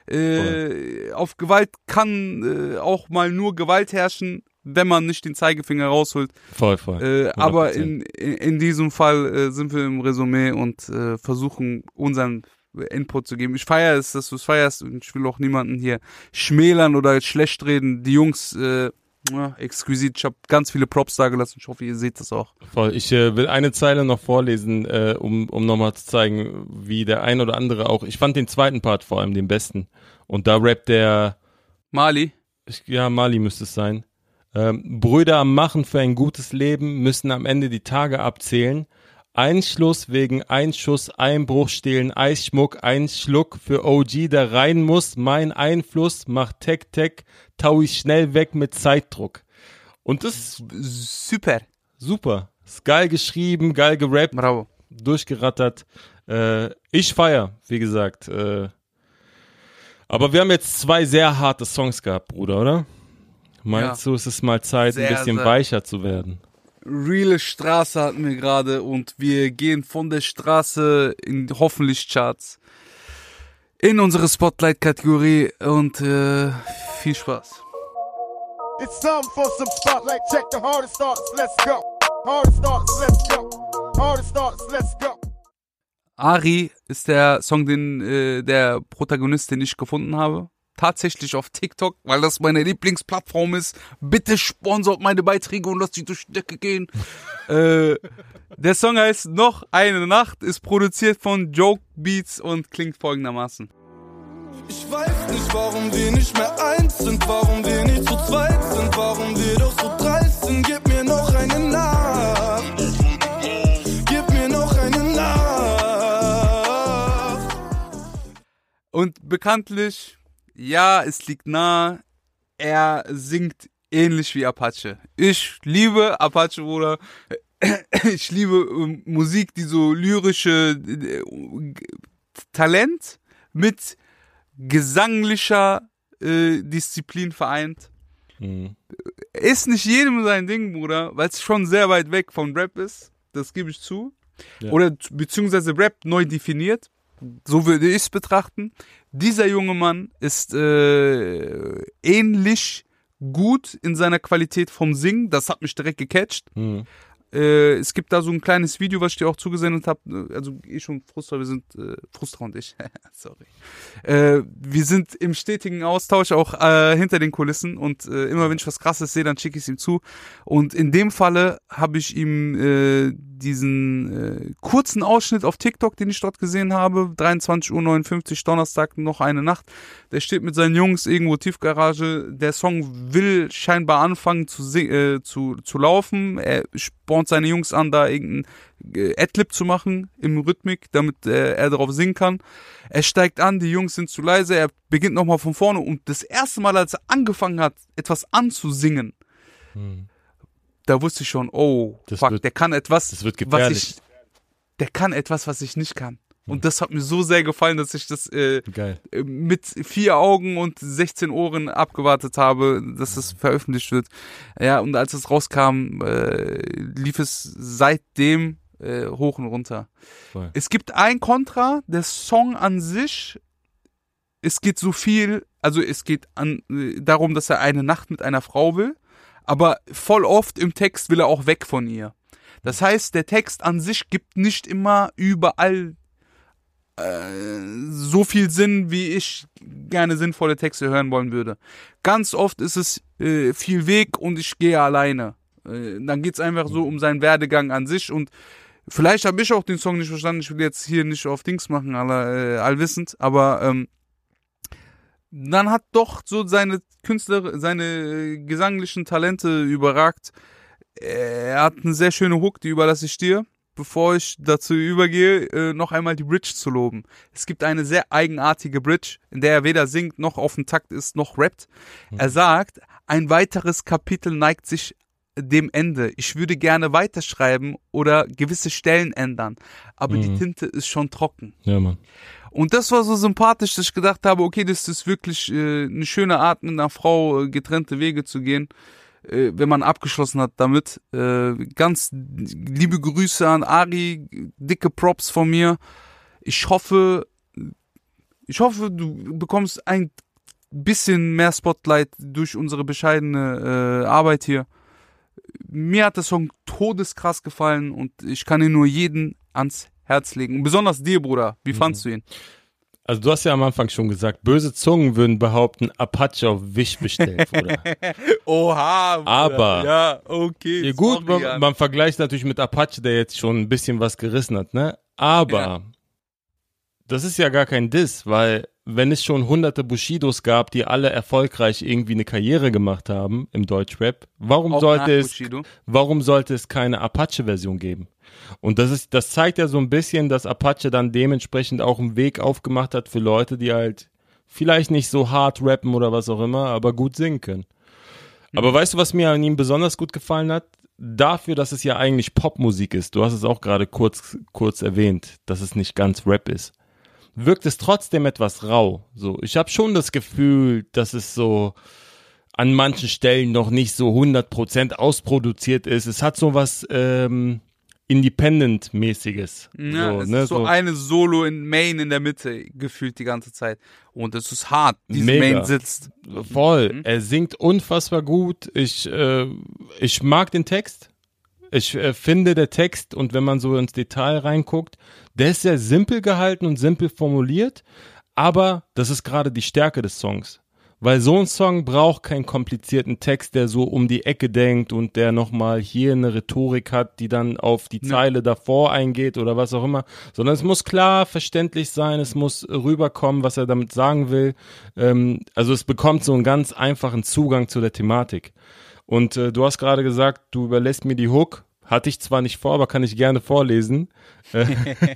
auf Gewalt kann auch mal nur Gewalt herrschen, wenn man nicht den Zeigefinger rausholt. Voll. Aber in diesem Fall sind wir im Resümee und versuchen unseren Input zu geben. Ich feiere es, dass du es feierst und ich will auch niemanden hier schmälern oder schlecht reden. Die Jungs, exquisit. Ich habe ganz viele Props da gelassen. Ich hoffe, ihr seht das auch. Voll. Ich will eine Zeile noch vorlesen, um nochmal zu zeigen, wie der ein oder andere auch. Ich fand den zweiten Part vor allem den besten. Und da rappt der Mali. Mali müsste es sein. Brüder am Machen für ein gutes Leben müssen am Ende die Tage abzählen. Einschluss wegen Einschuss, Einbruch, Stehlen, Eisschmuck, ein Schluck für OG, der rein muss. Mein Einfluss macht Tech, tau ich schnell weg mit Zeitdruck. Und das ist super. Ist geil geschrieben, geil gerappt, bravo, durchgerattert. Ich feier, wie gesagt. Aber wir haben jetzt 2 sehr harte Songs gehabt, Bruder, oder? Meinst du, es ist mal Zeit, ein bisschen weicher zu werden? Reale Straße hatten wir gerade und wir gehen von der Straße in hoffentlich Charts in unsere Spotlight-Kategorie und viel Spaß. It's time for some spotlight. Check the hardest starts. Let's go. Hardest starts. Let's go. Hardest starts. Let's go. Ari ist der Song, der Protagonist, den ich gefunden habe. Tatsächlich auf TikTok, weil das meine Lieblingsplattform ist. Bitte sponsort meine Beiträge und lasst die durch die Decke gehen. Der Song heißt Noch eine Nacht, ist produziert von Joke Beats und klingt folgendermaßen. Ich weiß nicht, warum wir nicht mehr eins sind, warum wir nicht zu zweit sind, warum wir doch so dreist sind. Gib mir noch eine Nacht. Gib mir noch eine Nacht. Und bekanntlich, ja, es liegt nahe, er singt ähnlich wie Apache. Ich liebe Apache, Bruder. Ich liebe Musik, die so lyrische Talent mit gesanglicher Disziplin vereint. Ist nicht jedem sein Ding, Bruder, weil es schon sehr weit weg von Rap ist. Das gebe ich zu. Ja. Oder beziehungsweise Rap neu definiert. So würde ich es betrachten. Dieser junge Mann ist ähnlich gut in seiner Qualität vom Singen. Das hat mich direkt gecatcht. Es gibt da so ein kleines Video, was ich dir auch zugesendet habe. Also ich und Frustra, wir sind Frustra und ich. Sorry. Wir sind im stetigen Austausch auch hinter den Kulissen und immer wenn ich was Krasses sehe, dann schicke ich es ihm zu. Und in dem Falle habe ich ihm diesen kurzen Ausschnitt auf TikTok, den ich dort gesehen habe, 23:59 Uhr Donnerstag, noch eine Nacht. Der steht mit seinen Jungs irgendwo Tiefgarage. Der Song will scheinbar anfangen zu laufen. Er spornt seine Jungs an, da irgendein Adlib zu machen im Rhythmik, damit er darauf singen kann. Er steigt an, die Jungs sind zu leise, er beginnt nochmal von vorne und das erste Mal, als er angefangen hat, etwas anzusingen, da wusste ich schon, oh, der kann etwas, das wird gefährlich. Der kann etwas, was ich nicht kann. Und das hat mir so sehr gefallen, dass ich das mit 4 Augen und 16 Ohren abgewartet habe, dass das veröffentlicht wird. Ja, und als es rauskam, lief es seitdem hoch und runter. Voll. Es gibt ein Kontra, der Song an sich, es geht so viel, also es geht darum, dass er eine Nacht mit einer Frau will, aber voll oft im Text will er auch weg von ihr. Das heißt, der Text an sich gibt nicht immer überall so viel Sinn, wie ich gerne sinnvolle Texte hören wollen würde. Ganz oft ist es viel Weg und ich gehe alleine. Dann geht's einfach so um seinen Werdegang an sich und vielleicht habe ich auch den Song nicht verstanden. Ich will jetzt hier nicht auf Dings machen, allwissend, aber dann hat doch so seine gesanglichen Talente überragt. Er hat eine sehr schöne Hook, die überlasse ich dir. Bevor ich dazu übergehe, noch einmal die Bridge zu loben. Es gibt eine sehr eigenartige Bridge, in der er weder singt, noch auf dem Takt ist, noch rappt. Er sagt, ein weiteres Kapitel neigt sich dem Ende. Ich würde gerne weiterschreiben oder gewisse Stellen ändern, aber die Tinte ist schon trocken. Ja, Mann. Und das war so sympathisch, dass ich gedacht habe, okay, das ist wirklich eine schöne Art, mit einer Frau getrennte Wege zu gehen. Wenn man abgeschlossen hat damit. Ganz liebe Grüße an Ari, dicke Props von mir. Ich hoffe, du bekommst ein bisschen mehr Spotlight durch unsere bescheidene Arbeit hier. Mir hat der Song todeskrass gefallen und ich kann ihn nur jeden ans Herz legen. Und besonders dir, Bruder. Wie fandst du ihn? Also du hast ja am Anfang schon gesagt, böse Zungen würden behaupten, Apache auf Wish bestellt, Bruder. Oha, Bruder. Aber, ja, okay. Ja gut, man vergleicht natürlich mit Apache, der jetzt schon ein bisschen was gerissen hat, ne? Aber das ist ja gar kein Diss, weil wenn es schon hunderte Bushidos gab, die alle erfolgreich irgendwie eine Karriere gemacht haben im Deutschrap, warum sollte es keine Apache-Version geben? Und das zeigt ja so ein bisschen, dass Apache dann dementsprechend auch einen Weg aufgemacht hat für Leute, die halt vielleicht nicht so hart rappen oder was auch immer, aber gut singen können. Aber weißt du, was mir an ihm besonders gut gefallen hat? Dafür, dass es ja eigentlich Popmusik ist, du hast es auch gerade kurz erwähnt, dass es nicht ganz Rap ist, wirkt es trotzdem etwas rau. So, ich habe schon das Gefühl, dass es so an manchen Stellen noch nicht so 100% ausproduziert ist. Es hat so was Independent-mäßiges. Ja, so, es ne, ist so eine Solo in Main in der Mitte gefühlt die ganze Zeit. Und es ist hart, diese Mega. Main sitzt. Voll. Er singt unfassbar gut. Ich mag den Text. Ich finde der Text, und wenn man so ins Detail reinguckt, der ist sehr simpel gehalten und simpel formuliert, aber das ist gerade die Stärke des Songs. Weil so ein Song braucht keinen komplizierten Text, der so um die Ecke denkt und der nochmal hier eine Rhetorik hat, die dann auf die Zeile davor eingeht oder was auch immer, sondern es muss klar verständlich sein, es muss rüberkommen, was er damit sagen will. Also es bekommt so einen ganz einfachen Zugang zu der Thematik. Und du hast gerade gesagt, du überlässt mir die Hook. Hatte ich zwar nicht vor, aber kann ich gerne vorlesen. Sorry,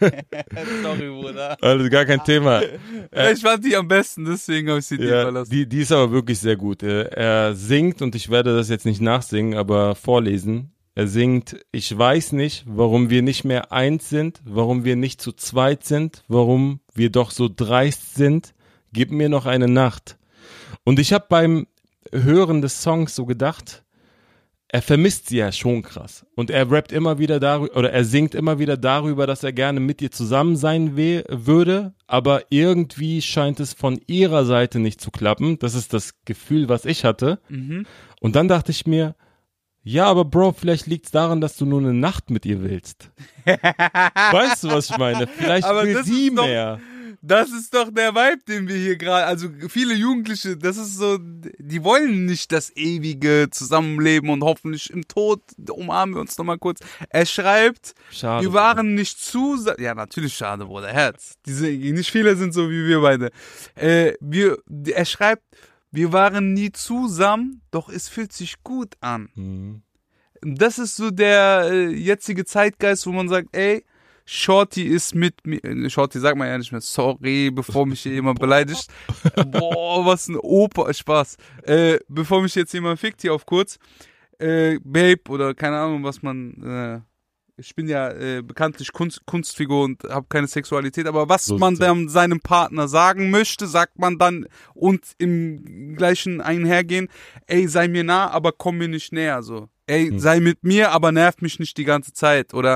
Bruder. Also gar kein Thema. Ich fand die am besten, deswegen habe ich sie dir überlassen. Die ist aber wirklich sehr gut. Er singt, und ich werde das jetzt nicht nachsingen, aber vorlesen. Er singt, ich weiß nicht, warum wir nicht mehr eins sind, warum wir nicht zu zweit sind, warum wir doch so dreist sind. Gib mir noch eine Nacht. Und ich habe beim Hören des Songs so gedacht, er vermisst sie ja schon krass. Und er rappt immer wieder darüber, oder er singt immer wieder darüber, dass er gerne mit ihr zusammen sein würde, aber irgendwie scheint es von ihrer Seite nicht zu klappen. Das ist das Gefühl, was ich hatte. Und dann dachte ich mir, ja, aber Bro, vielleicht liegt es daran, dass du nur eine Nacht mit ihr willst. Weißt du, was ich meine? Vielleicht Aber will das sie ist doch- mehr. Das ist doch der Vibe, den wir hier gerade, also viele Jugendliche, das ist so, die wollen nicht das ewige Zusammenleben und hoffentlich im Tod umarmen wir uns nochmal kurz. Er schreibt, Schade. wir waren nicht ja, natürlich schade, Bruder, Herz. Nicht viele sind so wie wir beide. Er schreibt, wir waren nie zusammen, doch es fühlt sich gut an. Das ist so der jetzige Zeitgeist, wo man sagt, ey, Shorty ist mit mir, Shorty sagt man ja nicht mehr, sorry, bevor mich hier jemand beleidigt. Boah, was ein Opa, Spaß. Bevor mich jetzt jemand fickt, hier auf kurz. Babe oder keine Ahnung, was man, ich bin ja bekanntlich Kunstfigur und habe keine Sexualität, aber was So man sieht's dann seinem Partner sagen möchte, sagt man dann und im gleichen Einhergehen, ey, sei mir nah, aber komm mir nicht näher, so. Ey, sei mit mir, aber nerv mich nicht die ganze Zeit. Oder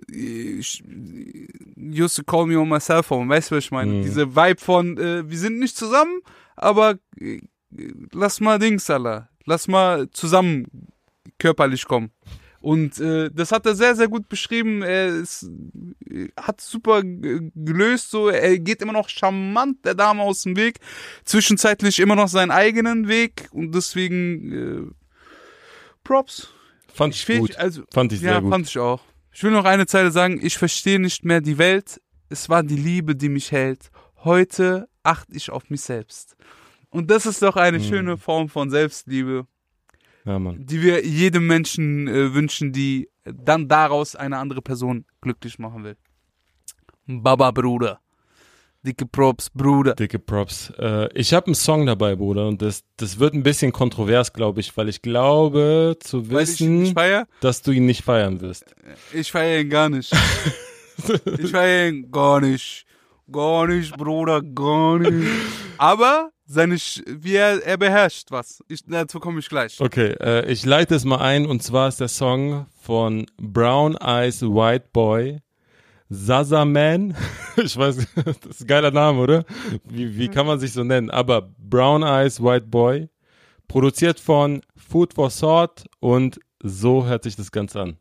used to call me on my cell phone, weißt du, was ich meine? Diese Vibe von, wir sind nicht zusammen, aber lass mal Dings, Alter. Lass mal zusammen körperlich kommen. Und das hat er sehr, sehr gut beschrieben. Hat super gelöst. So. Er geht immer noch charmant der Dame aus dem Weg. Zwischenzeitlich immer noch seinen eigenen Weg. Und deswegen Props. Fand ich gut. Also, Fand ich sehr gut. Fand ich auch. Ich will noch eine Zeile sagen. Ich verstehe nicht mehr die Welt. Es war die Liebe, die mich hält. Heute achte ich auf mich selbst. Und das ist doch eine schöne Form von Selbstliebe, Ja, Mann. die wir jedem Menschen wünschen, die dann daraus eine andere Person glücklich machen will. Baba, Bruder. Dicke Props, Bruder. Dicke Props. Ich habe einen Song dabei, Bruder, und das wird ein bisschen kontrovers, glaube ich, weil ich glaube zu Weil wissen, ich feier? dass du ihn nicht feiern wirst. Ich feiere ihn gar nicht. Ich feiere ihn gar nicht. Gar nicht, Bruder, gar nicht. Aber wie er beherrscht was. Dazu komme ich gleich. Okay, ich leite es mal ein, und zwar ist der Song von Brown Eyes White Boy, Zaza Man. Ich weiß, das ist ein geiler Name, oder? Wie kann man sich so nennen? Aber Brown Eyes White Boy, produziert von Food for Thought, und so hört sich das Ganze an.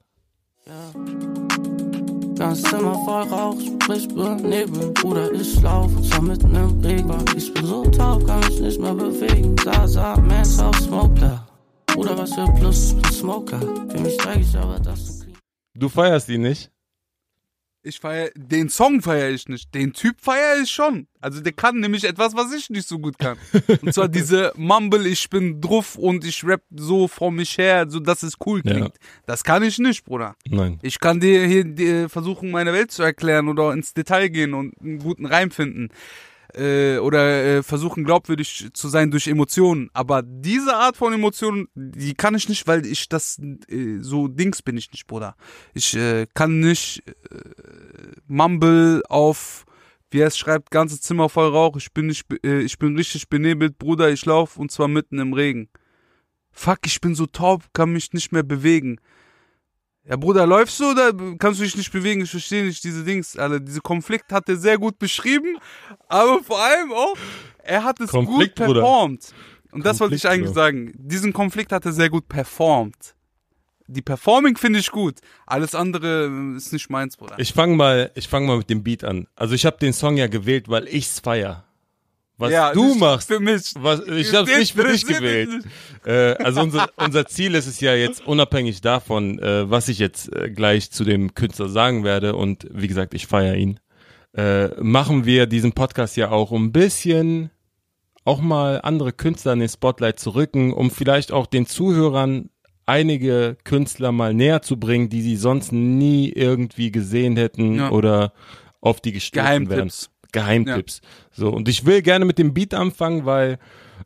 Ganz Zimmer voll Rauch, sprich Nebel, Bruder, ich laufe zwar mitten im Regen. Ich bin so taub, kann mich nicht mehr bewegen. Zaza, Mans auf Smoke da. Bruder, was für Plus, ich bin Smoker. Für mich steig ich, aber das ist clean. Du feierst ihn nicht? Den Song feiere ich nicht. Den Typ feiere ich schon. Also der kann nämlich etwas, was ich nicht so gut kann. Und zwar diese Mumble, ich bin drauf und ich rap so vor mich her, so dass es cool klingt. Ja. Das kann ich nicht, Bruder. Nein. Ich kann dir hier versuchen, meine Welt zu erklären oder ins Detail gehen und einen guten Reim finden. Oder versuchen, glaubwürdig zu sein durch Emotionen. Aber diese Art von Emotionen, die kann ich nicht, weil ich so Dings bin ich nicht, Bruder. Ich kann nicht Mumble auf, wie er es schreibt, ganze Zimmer voll Rauch. Ich bin richtig benebelt, Bruder, ich lauf und zwar mitten im Regen. Fuck, ich bin so taub, kann mich nicht mehr bewegen. Ja, Bruder, läufst du oder kannst du dich nicht bewegen? Ich verstehe nicht diese Dings, Alter. Diese Konflikt hat er sehr gut beschrieben, aber vor allem auch, er hat es Konflikt, gut performt. Und das wollte Konflikt, ich eigentlich Bruder. sagen. Diesen Konflikt hat er sehr gut performt. Die Performing finde ich gut. Alles andere ist nicht meins, Bruder. Ich fang mal mit dem Beat an. Also ich habe den Song ja gewählt, weil ich's feier. Was Ja, du nicht machst, für mich. ich hab's nicht für dich Interessiert gewählt. mich Also unser Ziel ist es ja jetzt, unabhängig davon, was ich jetzt gleich zu dem Künstler sagen werde, und wie gesagt, ich feiere ihn, machen wir diesen Podcast ja auch, um ein bisschen auch mal andere Künstler in den Spotlight zu rücken, um vielleicht auch den Zuhörern einige Künstler mal näher zu bringen, die sie sonst nie irgendwie gesehen hätten, Ja. oder auf die gestoßen wären. Geheimtipps. So, und ich will gerne mit dem Beat anfangen, weil,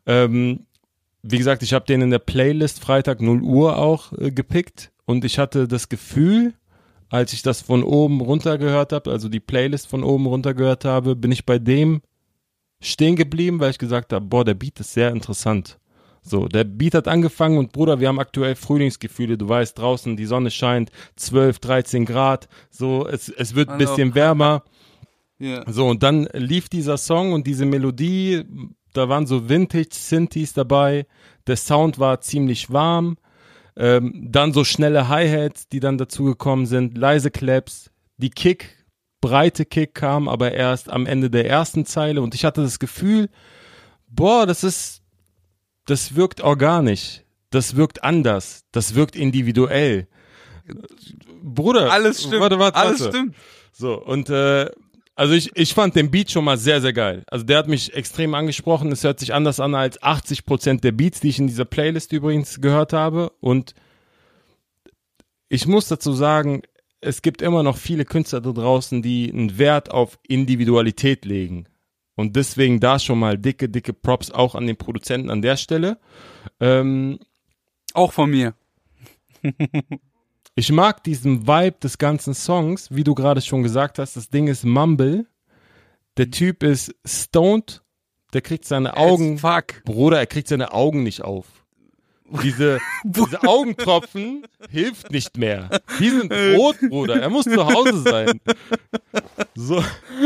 wie gesagt, ich habe den in der Playlist Freitag 0 Uhr auch gepickt, und ich hatte das Gefühl, als ich das von oben runter gehört habe, also die Playlist von oben runter gehört habe, bin ich bei dem stehen geblieben, weil ich gesagt habe, boah, der Beat ist sehr interessant. So, der Beat hat angefangen und Bruder, wir haben aktuell Frühlingsgefühle, du weißt, draußen die Sonne scheint, 12, 13 Grad, so, es wird ein bisschen wärmer. Yeah. So, und dann lief dieser Song und diese Melodie, da waren so Vintage-Synthes dabei, der Sound war ziemlich warm, dann so schnelle Hi-Hats, die dann dazugekommen sind, leise Claps, die breite Kick kam aber erst am Ende der ersten Zeile und ich hatte das Gefühl, boah, das wirkt organisch, das wirkt anders, das wirkt individuell. Bruder, alles stimmt, warte. alles stimmt. So, und also ich fand den Beat schon mal sehr, sehr geil. Also der hat mich extrem angesprochen. Es hört sich anders an als 80% der Beats, die ich in dieser Playlist übrigens gehört habe. Und ich muss dazu sagen, es gibt immer noch viele Künstler da draußen, die einen Wert auf Individualität legen. Und deswegen da schon mal dicke Props auch an den Produzenten an der Stelle. Auch von mir. Ich mag diesen Vibe des ganzen Songs, wie du gerade schon gesagt hast. Das Ding ist Mumble. Der Typ ist stoned. Der kriegt seine Augen. Bruder, er kriegt seine Augen nicht auf. Diese Augentropfen hilft nicht mehr. Die sind rot, Bruder. Er muss zu Hause sein. So.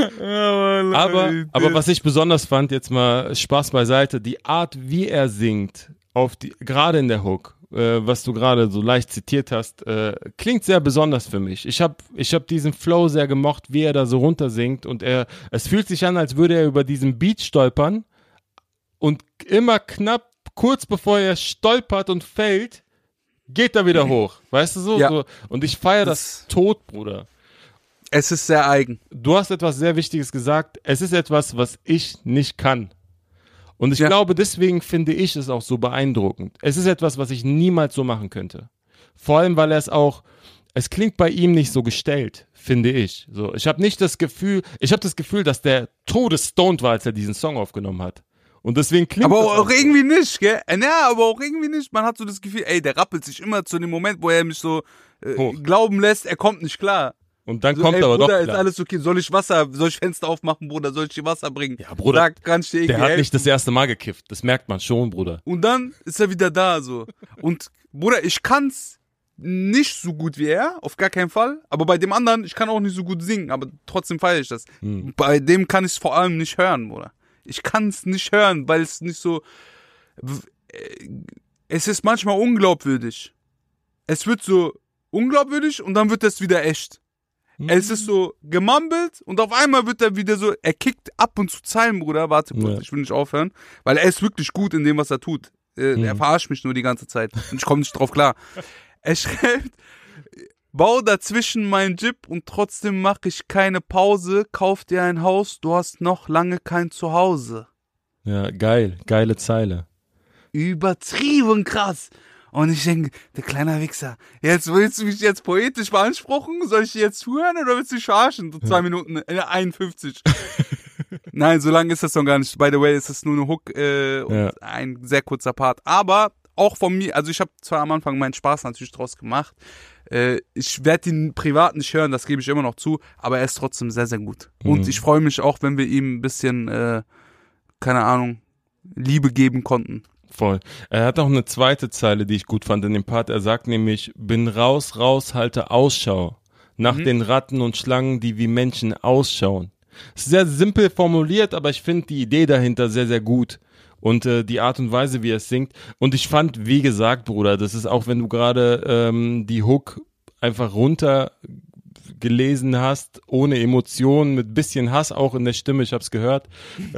Aber was ich besonders fand, jetzt mal Spaß beiseite, die Art, wie er singt, gerade in der Hook, was du gerade so leicht zitiert hast, klingt sehr besonders für mich. Ich hab diesen Flow sehr gemocht, wie er da so runtersingt und es fühlt sich an, als würde er über diesen Beat stolpern und immer knapp, kurz bevor er stolpert und fällt, geht er wieder hoch. Weißt du so? Ja. So. Und ich feiere das tot, Bruder. Es ist sehr eigen. Du hast etwas sehr Wichtiges gesagt. Es ist etwas, was ich nicht kann. Und ich glaube, deswegen finde ich es auch so beeindruckend. Es ist etwas, was ich niemals so machen könnte. Vor allem, weil es klingt bei ihm nicht so gestellt, finde ich. So, ich habe das Gefühl, dass der todesstoned war, als er diesen Song aufgenommen hat. Und deswegen klingt aber das auch irgendwie nicht, gell? Ja, aber auch irgendwie nicht. Man hat so das Gefühl, der rappelt sich immer zu dem Moment, wo er mich so glauben lässt, er kommt nicht klar. Und dann so, kommt aber Bruder, doch klar. ist alles okay. Soll ich Fenster aufmachen, Bruder? Soll ich dir Wasser bringen? Ja, Bruder, Sag, kann ich dir irgendwie der hat helfen? nicht das erste Mal gekifft. Das merkt man schon, Bruder. Und dann ist er wieder da, so. Und, Bruder, ich kann's nicht so gut wie er, auf gar keinen Fall. Aber bei dem anderen, ich kann auch nicht so gut singen, aber trotzdem feiere ich das. Bei dem kann ich es vor allem nicht hören, Bruder. Ich kann es nicht hören, weil es nicht so... Es ist manchmal unglaubwürdig. Es wird so unglaubwürdig und dann wird das wieder echt. Es ist so gemumbelt und auf einmal wird er wieder so, er kickt ab und zu Zeilen, Bruder, warte kurz, ich will nicht aufhören, weil er ist wirklich gut in dem, was er tut. Er verarscht mich nur die ganze Zeit und ich komme nicht drauf klar. Er schreibt, bau dazwischen mein Jeep und trotzdem mache ich keine Pause, kauf dir ein Haus, du hast noch lange kein Zuhause. Ja, geile Zeile. Übertrieben krass. Und ich denke, der kleine Wichser, jetzt willst du mich jetzt poetisch beanspruchen? Soll ich dir jetzt zuhören oder willst du dich verarschen? So 2 Minuten, 51. Nein, so lang ist das noch gar nicht. By the way, ist das nur eine Hook und ein sehr kurzer Part. Aber auch von mir, also ich habe zwar am Anfang meinen Spaß natürlich draus gemacht. Ich werde ihn privat nicht hören, das gebe ich immer noch zu, aber er ist trotzdem sehr, sehr gut. Und ich freue mich auch, wenn wir ihm ein bisschen, keine Ahnung, Liebe geben konnten. Voll. Er hat auch eine zweite Zeile, die ich gut fand in dem Part. Er sagt nämlich, bin raus, halte Ausschau nach den Ratten und Schlangen, die wie Menschen ausschauen. Ist sehr simpel formuliert, aber ich finde die Idee dahinter sehr, sehr gut. Und die Art und Weise, wie er es singt. Und ich fand, wie gesagt, Bruder, das ist auch, wenn du gerade die Hook einfach runtergelesen hast, ohne Emotionen, mit bisschen Hass auch in der Stimme, ich hab's gehört,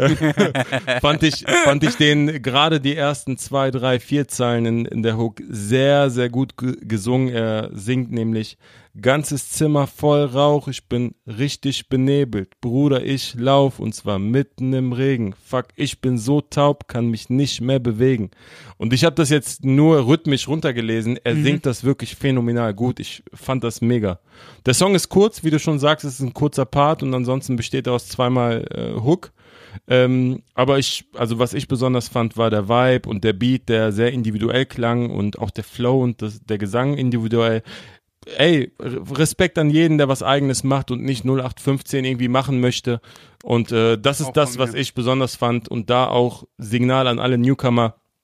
fand ich den, gerade die ersten 2, 3, 4 Zeilen in der Hook sehr, sehr gut gesungen. Er singt nämlich, ganzes Zimmer voll Rauch, ich bin richtig benebelt. Bruder, ich lauf und zwar mitten im Regen. Fuck, ich bin so taub, kann mich nicht mehr bewegen. Und ich habe das jetzt nur rhythmisch runtergelesen. Er singt das wirklich phänomenal gut. Ich fand das mega. Der Song ist kurz, wie du schon sagst, es ist ein kurzer Part und ansonsten besteht er aus 2-mal Hook. Aber was ich besonders fand, war der Vibe und der Beat, der sehr individuell klang und auch der Flow und der Gesang individuell. Ey, Respekt an jeden, der was Eigenes macht und nicht 0815 irgendwie machen möchte. Und das ist das, was ich besonders fand. Und da auch Signal an alle Newcomer.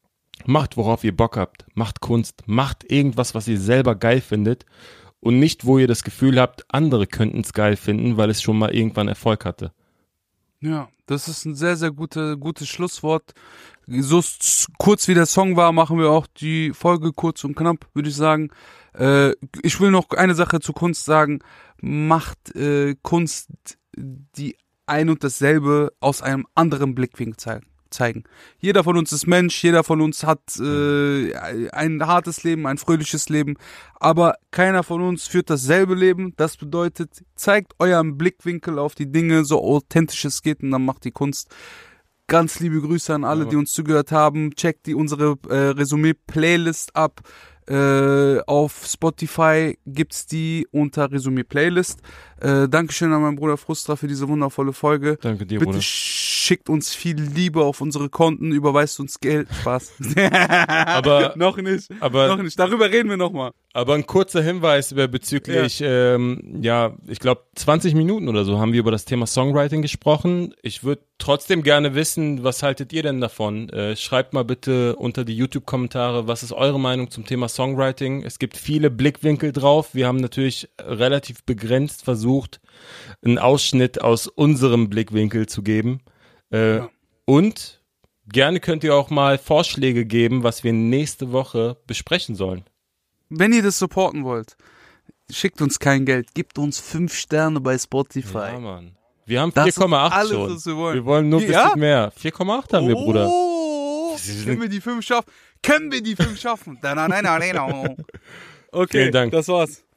Macht, worauf ihr Bock habt. Macht Kunst. Macht irgendwas, was ihr selber geil findet. Und nicht, wo ihr das Gefühl habt, andere könnten es geil finden, weil es schon mal irgendwann Erfolg hatte. Ja, das ist ein sehr, sehr gutes Schlusswort. So kurz wie der Song war, machen wir auch die Folge kurz und knapp, würde ich sagen. Ich will noch eine Sache zu Kunst sagen. Macht Kunst, die ein und dasselbe aus einem anderen Blickwinkel zeigen. Jeder von uns ist Mensch, jeder von uns hat ein hartes Leben, ein fröhliches Leben, aber keiner von uns führt dasselbe Leben. Das bedeutet, zeigt euren Blickwinkel auf die Dinge, so authentisch es geht, und dann macht die Kunst. Ganz liebe Grüße an alle, die uns zugehört haben. Checkt unsere Resümee-Playlist ab. Auf Spotify gibt's die unter Resümee-Playlist. Dankeschön an meinen Bruder Frustra für diese wundervolle Folge. Danke dir, Bitte Bruder. schickt uns viel Liebe auf unsere Konten, überweist uns Geld. Spaß. Aber noch nicht. Darüber reden wir nochmal. Aber ein kurzer Hinweis bezüglich, ich glaube 20 Minuten oder so haben wir über das Thema Songwriting gesprochen. Ich würde trotzdem gerne wissen, was haltet ihr denn davon? Schreibt mal bitte unter die YouTube-Kommentare, was ist eure Meinung zum Thema Songwriting? Es gibt viele Blickwinkel drauf. Wir haben natürlich relativ begrenzt versucht, einen Ausschnitt aus unserem Blickwinkel zu geben. Und gerne könnt ihr auch mal Vorschläge geben, was wir nächste Woche besprechen sollen. Wenn ihr das supporten wollt, schickt uns kein Geld, gebt uns 5 Sterne bei Spotify. Ja, Mann. Wir haben Das ist 4,8 alles, schon. was wir wollen. Wir wollen nur ein bisschen mehr. 4,8 haben wir, Bruder. Können wir die 5 schaffen? Okay, Vielen Dank. das war's.